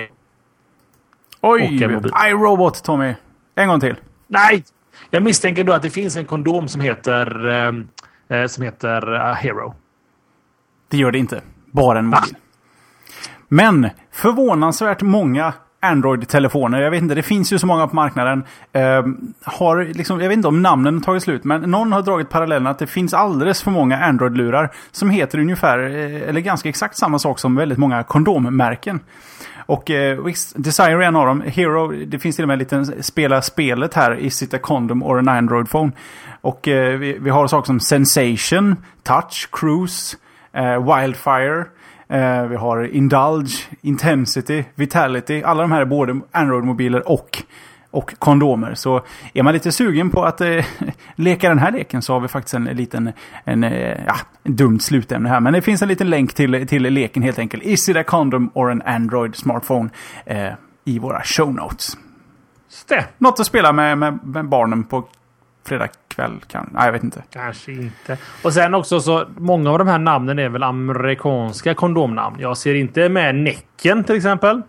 [SPEAKER 1] Oj, iRobot, Tommy. En gång till.
[SPEAKER 2] Nej! Jag misstänker då att det finns en kondom som heter uh, som heter uh, Hero.
[SPEAKER 1] Det gör det inte. Bara en mobil. Ah. Men förvånansvärt många Android-telefoner, jag vet inte, det finns ju så många på marknaden, eh, har liksom, jag vet inte om namnen har tagit slut, men någon har dragit parallellen att det finns alldeles för många Android-lurar som heter ungefär, eh, eller ganska exakt samma sak som väldigt många kondommärken. Och eh, Desire är en av dem. Hero, det finns till och med en liten spela spelet här, Is it a condom or an Android phone? Och eh, vi, vi har saker som Sensation, Touch, Cruise, eh, Wildfire. Uh, vi har Indulge, Intensity, Vitality. Alla de här är både Android-mobiler och, och kondomer. Så är man lite sugen på att uh, leka den här leken, så har vi faktiskt en liten en, uh, ja, en dumt slutämne här. Men det finns en liten länk till, till leken helt enkelt. Is it a condom or an Android smartphone? Uh, I våra show notes.
[SPEAKER 2] Stä.
[SPEAKER 1] Något att spela med, med, med barnen på fredag kväll kan. Nej, jag vet inte.
[SPEAKER 2] Kanske inte. Och sen också så, många av de här namnen är väl amerikanska kondomnamn. Jag ser inte med Näcken till exempel.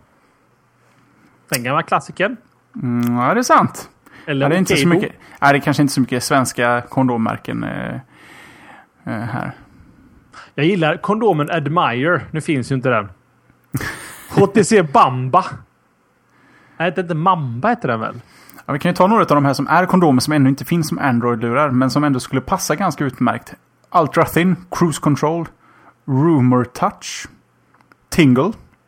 [SPEAKER 2] Den gamla klassiken.
[SPEAKER 1] Mm, ja, det är sant.
[SPEAKER 2] Eller
[SPEAKER 1] ja, det är inte så mycket. Nej, det är kanske inte så mycket svenska kondommärken eh, eh, här.
[SPEAKER 2] Jag gillar kondomen Admire. Nu finns ju inte den. H T C Bamba. Nej, det är inte Mamba heter den väl?
[SPEAKER 1] Ja, vi kan ju ta några av de här som är kondomer som ännu inte finns som Android-lurar, men som ändå skulle passa ganska utmärkt. Ultra Thin, Cruise Control, Rumor Touch, Tingle,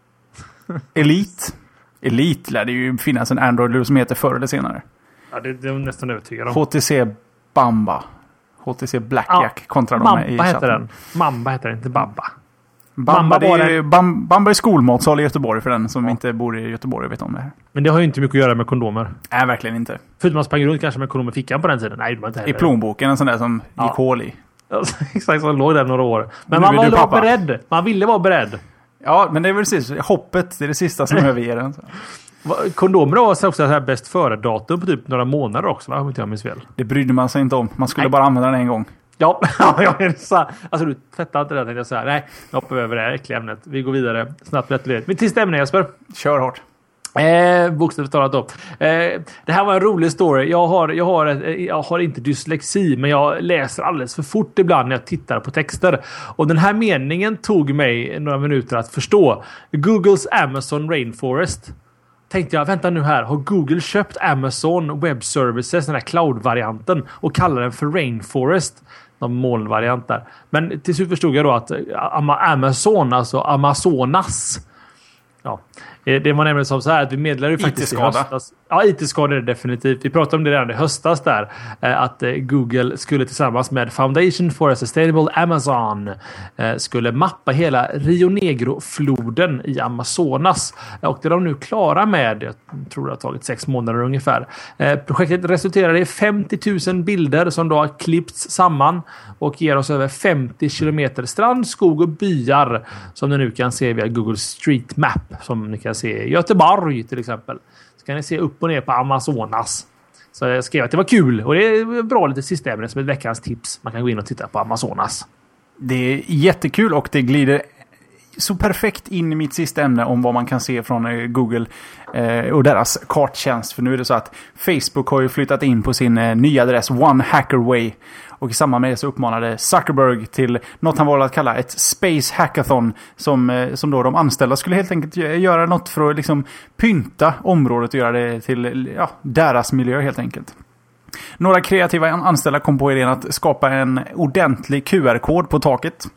[SPEAKER 1] Elite. Elite lär det ju finnas en Android-lur som heter förr eller senare.
[SPEAKER 2] Ja, det, det är nästan övertygad om.
[SPEAKER 1] H T C Bamba. H T C Blackjack ja, kontra dem i
[SPEAKER 2] chatten. Heter den. Mamba heter den, inte Bamba.
[SPEAKER 1] Bamba, Bamba, det är, en... Bam, Bamba är skolmatsal i Göteborg för den som ja. inte bor i Göteborg och vet om det här.
[SPEAKER 2] Men det har ju inte mycket att göra med kondomer.
[SPEAKER 1] Nej, verkligen inte.
[SPEAKER 2] Förutom man sprang runt kanske med kondom i fickan på den tiden. Nej, det var inte heller.
[SPEAKER 1] I plånboken, en sån där som ja. gick hål i.
[SPEAKER 2] Exakt, som låg där några år. Men man ville vara beredd. Man ville vara beredd.
[SPEAKER 1] Ja, men det är väl precis. Hoppet, det är det sista som överger den.
[SPEAKER 2] Kondomer var också så här bäst före-datum på typ några månader också, va? Om inte jag minns fel.
[SPEAKER 1] Det brydde man sig inte om. Man skulle
[SPEAKER 2] Nej.
[SPEAKER 1] bara använda den en gång.
[SPEAKER 2] Ja, jag är så här. Alltså du tvättar inte det, tänkte jag så här. Nej, nu hoppar vi över det här äckliga ämnet. Vi går vidare snabbt rätt ledigt. Mitt sista ämne, Jesper.
[SPEAKER 1] Kör hårt.
[SPEAKER 2] Eh, bokstavligt talat då. Eh, det här var en rolig story. Jag har, jag, har ett, jag har inte dyslexi, men jag läser alldeles för fort ibland när jag tittar på texter. Och den här meningen tog mig några minuter att förstå. Googles Amazon Rainforest. Tänkte jag, vänta nu här. Har Google köpt Amazon Web Services, den här cloud-varianten, och kallar den för Rainforest? Någon molnvariant där. Men till slut förstod jag då att Amazon, alltså Amazonas. Ja, det var nämligen som så här att vi meddelade ju faktiskt i höstas. Ja, I T-skada är det definitivt. Vi pratade om det redan i höstas där. Att Google skulle tillsammans med Foundation for a Sustainable Amazon skulle mappa hela Rio Negro-floden i Amazonas. Och det är de nu klara med. Jag tror det har tagit sex månader ungefär. Projektet resulterade i femtio tusen bilder som då har klippts samman och ger oss över femtio kilometer strand, skog och byar som ni nu kan se via Google Street Map, som ni kan se i Göteborg till exempel. Så kan ni se upp och ner på Amazonas. Så jag skrev att det var kul. Och det är bra lite sista ämne som ett veckans tips. Man kan gå in och titta på Amazonas.
[SPEAKER 1] Det är jättekul och det glider så perfekt in i mitt sista ämne om vad man kan se från Google eh, och deras karttjänst. För nu är det så att Facebook har ju flyttat in på sin eh, nya adress One Hackerway. Och i samband med det så uppmanade Zuckerberg till något han valde att kalla ett Space Hackathon. Som, eh, som då de anställda skulle helt enkelt göra något för att liksom pynta området och göra det till ja, deras miljö helt enkelt. Några kreativa anställda kom på idén att skapa en ordentlig Q R-kod på taket.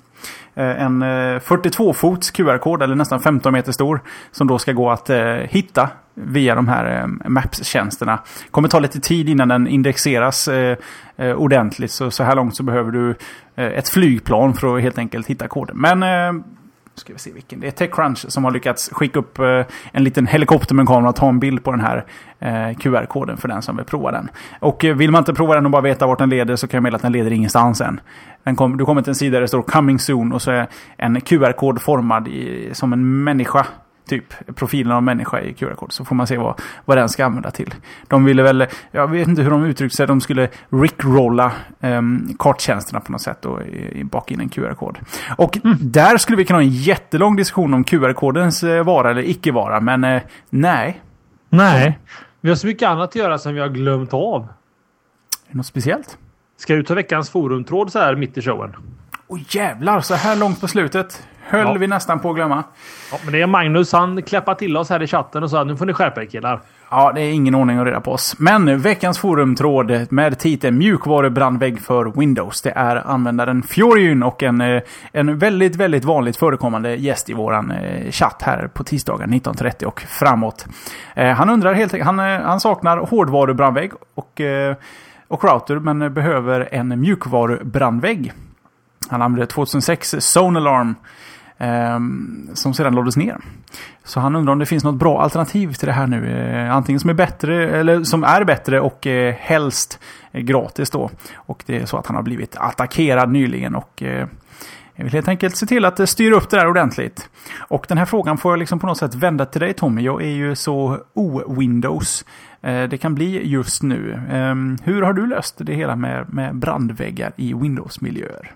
[SPEAKER 1] En fyrtiotvå fots Q R-kod, eller nästan femton meter stor, som då ska gå att eh, hitta via de här eh, Maps-tjänsterna. Kommer ta lite tid innan den indexeras eh, eh, ordentligt, så, så här långt så behöver du eh, ett flygplan för att helt enkelt hitta koden. Men eh, ska vi se vilken. Det är TechCrunch som har lyckats skicka upp eh, en liten helikopter med en kamera och ta en bild på den här eh, Q R-koden för den som vill prova den. Och eh, vill man inte prova den och bara veta vart den leder, så kan jag meddela att den leder ingenstans än. Den kom, du kommer till en sida där det står coming soon och så är en Q R-kod formad i, som en människa. Typ profilen av människa i Q R-kod. Så får man se vad, vad den ska använda till. De ville väl, jag vet inte hur de uttryckte sig, de skulle rickrolla um, karttjänsterna på något sätt och i, i bak in en Q R-kod. Och mm. där skulle vi kunna ha en jättelång diskussion om Q R-kodens uh, vara eller icke-vara. Men uh, nej.
[SPEAKER 2] Nej. Vi har så mycket annat att göra som vi har glömt av. Är
[SPEAKER 1] det något speciellt?
[SPEAKER 2] Ska du ta veckans forumtråd så här mitt i showen?
[SPEAKER 1] Åh jävlar, så här långt på slutet. Höll ja. vi nästan på att glömma.
[SPEAKER 2] Ja, men det är Magnus, han klappar till oss här i chatten och sa att nu får ni skärpa er killar.
[SPEAKER 1] Ja, det är ingen ordning att reda på oss. Men veckans forumtråd med titeln mjukvarubrandvägg för Windows. Det är användaren Fjorjun och en, en väldigt, väldigt vanligt förekommande gäst i våran chatt här på tisdagar nitton trettio och framåt. Han undrar helt enkelt, han, han saknar hårdvarubrandvägg och, och router, men behöver en mjukvarubrandvägg. Han använde tjugohundrasex Zone Alarm eh, som sedan lades ner. Så han undrar om det finns något bra alternativ till det här nu. Eh, antingen som är bättre eller som är bättre och eh, helst eh, gratis då. Och det är så att han har blivit attackerad nyligen och eh, jag vill helt enkelt se till att det styr upp det där ordentligt. Och den här frågan får jag liksom på något sätt vända till dig, Tommy. Jag är ju så o-Windows eh, det kan bli just nu. Eh, hur har du löst det hela med, med brandväggar i Windows-miljöer?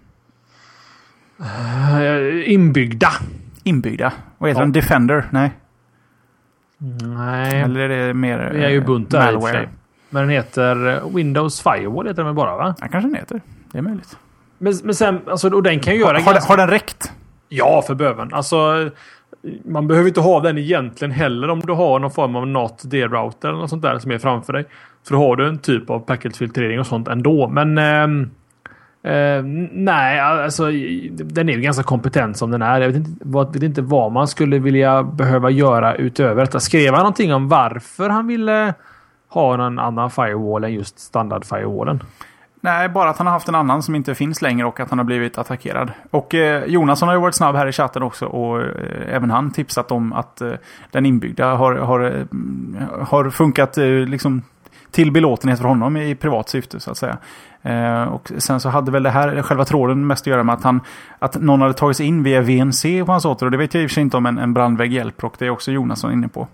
[SPEAKER 2] Uh, inbyggda.
[SPEAKER 1] Inbyggda? Vad heter ja. den? Defender? Nej.
[SPEAKER 2] Nej.
[SPEAKER 1] Eller är det mer
[SPEAKER 2] det är ju Ubuntu i och för sig. Men den heter Windows Firewall heter den bara, va?
[SPEAKER 1] Ja, kanske den heter. Det är möjligt.
[SPEAKER 2] Men, men sen, alltså, och den kan ju göra...
[SPEAKER 1] Har, ganska... har den räckt?
[SPEAKER 2] Ja, för böven. Alltså, man behöver inte ha den egentligen heller om du har någon form av N A T D-router eller något sånt där som är framför dig. För då har du en typ av packetfiltrering och sånt ändå. Men... Ehm... Uh, nej, alltså den är ju ganska kompetent som den är. Jag vet inte, vad, vet inte vad man skulle vilja behöva göra utöver detta. Skrev han någonting om varför han ville ha någon annan firewall än just standard firewallen?
[SPEAKER 1] Nej, bara att han har haft en annan som inte finns längre och att han har blivit attackerad. Och eh, Jonasson har ju varit snabb här i chatten också och eh, även han tipsat om att eh, den inbyggda har, har, eh, har funkat eh, liksom till belåtenhet för honom i privat syfte så att säga. Eh, och sen så hade väl det här själva tråden mest att göra med att, han, att någon hade tagit sig in via V N C på hans åter och det vet jag i och för sig inte om en, en brandvägg hjälper och det är också Jonasson inne på.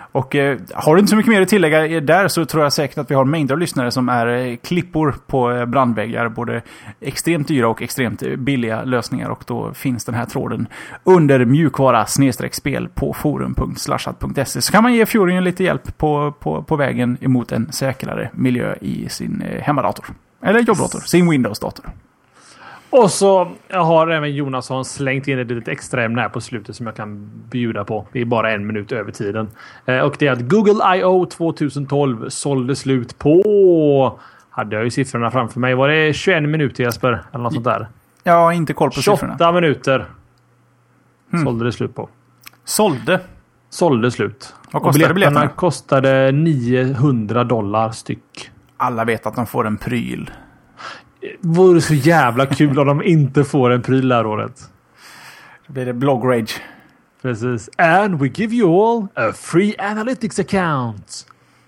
[SPEAKER 1] Och eh, har du inte så mycket mer att tillägga där så tror jag säkert att vi har mängder av lyssnare som är eh, klippor på eh, brandväggar. Både extremt dyra och extremt billiga lösningar. Och då finns den här tråden under mjukvara snedstreck spel på forum punkt slashat punkt se. Så kan man ge Fjorringen lite hjälp på, på, på vägen emot en säkrare miljö i sin eh, hemmadator. Eller jobbdator, sin Windows-dator.
[SPEAKER 2] Och så har även Jonasson slängt in ett litet extra ämne här på slutet som jag kan bjuda på. Det är bara en minut över tiden. Eh, och det är att Google I O tjugohundratolv sålde slut på... Hade jag ju siffrorna framför mig. Var det tjugoen minuter, Jesper? Eller något sånt där?
[SPEAKER 1] Ja, inte koll på siffrorna.
[SPEAKER 2] tjugoåtta minuter hmm. sålde det slut på.
[SPEAKER 1] Sålde?
[SPEAKER 2] Sålde slut.
[SPEAKER 1] Vad kostade biljetterna?
[SPEAKER 2] Kostade niohundra dollar styck.
[SPEAKER 1] Alla vet att de får en pryl.
[SPEAKER 2] Det vore så jävla kul om de inte får en pryl här året.
[SPEAKER 1] Då blir det blog rage.
[SPEAKER 2] Precis. And we give you all a free analytics account.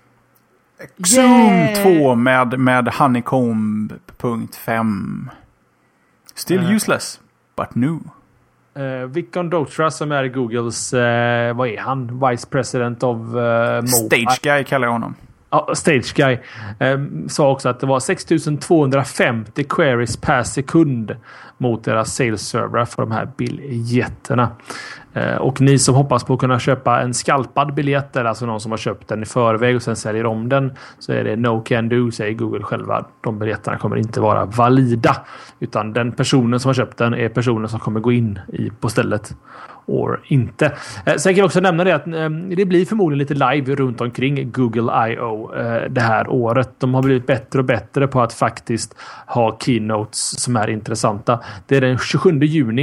[SPEAKER 1] Zoom yeah. två med, med Honeycomb punkt fem. Still uh. useless, but new.
[SPEAKER 2] Uh, Vikon Dotra som är Googles, uh, vad är han? Vice President of uh,
[SPEAKER 1] Stage Guy kallar jag honom.
[SPEAKER 2] Ja, Stage Guy eh, sa också att det var sex tusen tvåhundrafemtio queries per sekund mot deras sales server för de här biljetterna. Eh, och ni som hoppas på att kunna köpa en skalpad biljett, eller alltså någon som har köpt den i förväg och sen säljer om den, så är det no can do, säger Google själva. De biljetterna kommer inte vara valida, utan den personen som har köpt den är personen som kommer gå in i på stället. Or inte. Eh, sen kan jag också nämna det att eh, det blir förmodligen lite live runt omkring Google I O eh, det här året. De har blivit bättre och bättre på att faktiskt ha keynotes som är intressanta. Det är den tjugosjunde juni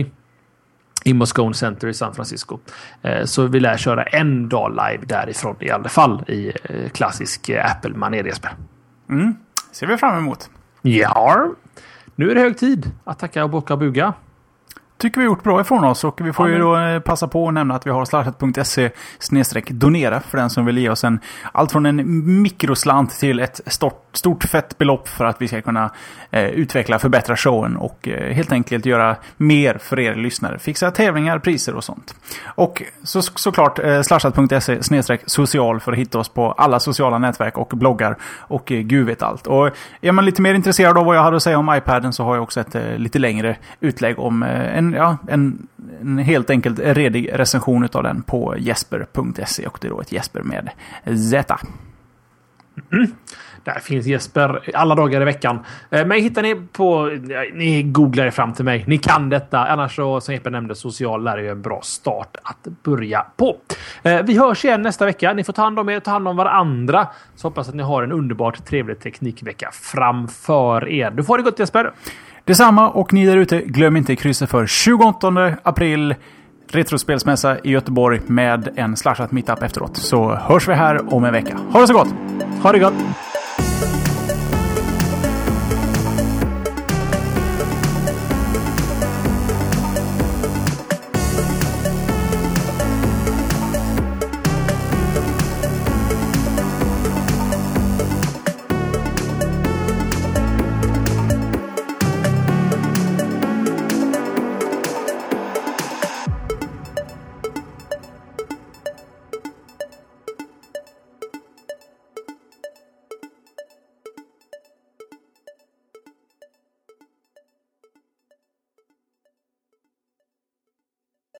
[SPEAKER 2] i Moscone Center i San Francisco. Eh, så vi lär köra en dag live därifrån i alla fall i eh, klassisk eh, Apple-manér, Jesper.
[SPEAKER 1] Mm, ser vi fram emot.
[SPEAKER 2] Ja, nu är det hög tid att tacka och bocka och buga.
[SPEAKER 1] Tycker vi har gjort bra ifrån oss, och vi får ju då passa på att nämna att vi har slashat punkt se snedstreck donera för den som vill ge oss en, allt från en mikroslant till ett stort, stort fett belopp för att vi ska kunna eh, utveckla, förbättra showen och eh, helt enkelt göra mer för er lyssnare. Fixa tävlingar, priser och sånt. Och så, såklart eh, slashat punkt se snedstreck social för att hitta oss på alla sociala nätverk och bloggar och eh, gud vet allt. Och är man lite mer intresserad av vad jag hade att säga om iPaden så har jag också ett eh, lite längre utlägg om eh, en Ja, en, en helt enkelt redig recension av den på jesper punkt se, och det är då ett Jesper med Z.
[SPEAKER 2] Mm. Där finns Jesper alla dagar i veckan. Men hittar ni på, ni googlar er fram till mig. Ni kan detta. Annars så, som Jesper nämnde, social lär ju en bra start att börja på. Vi hörs igen nästa vecka. Ni får ta hand om er, ta hand om varandra. Så hoppas att ni har en underbart trevlig teknikvecka framför er. Du får det gott, Jesper.
[SPEAKER 1] Detsamma, och ni där ute, glöm inte kryssa för tjugoåttonde april retrospelsmässa i Göteborg med en slashat meetup efteråt. Så hörs vi här om en vecka. Ha det så gott!
[SPEAKER 2] Ha det gott!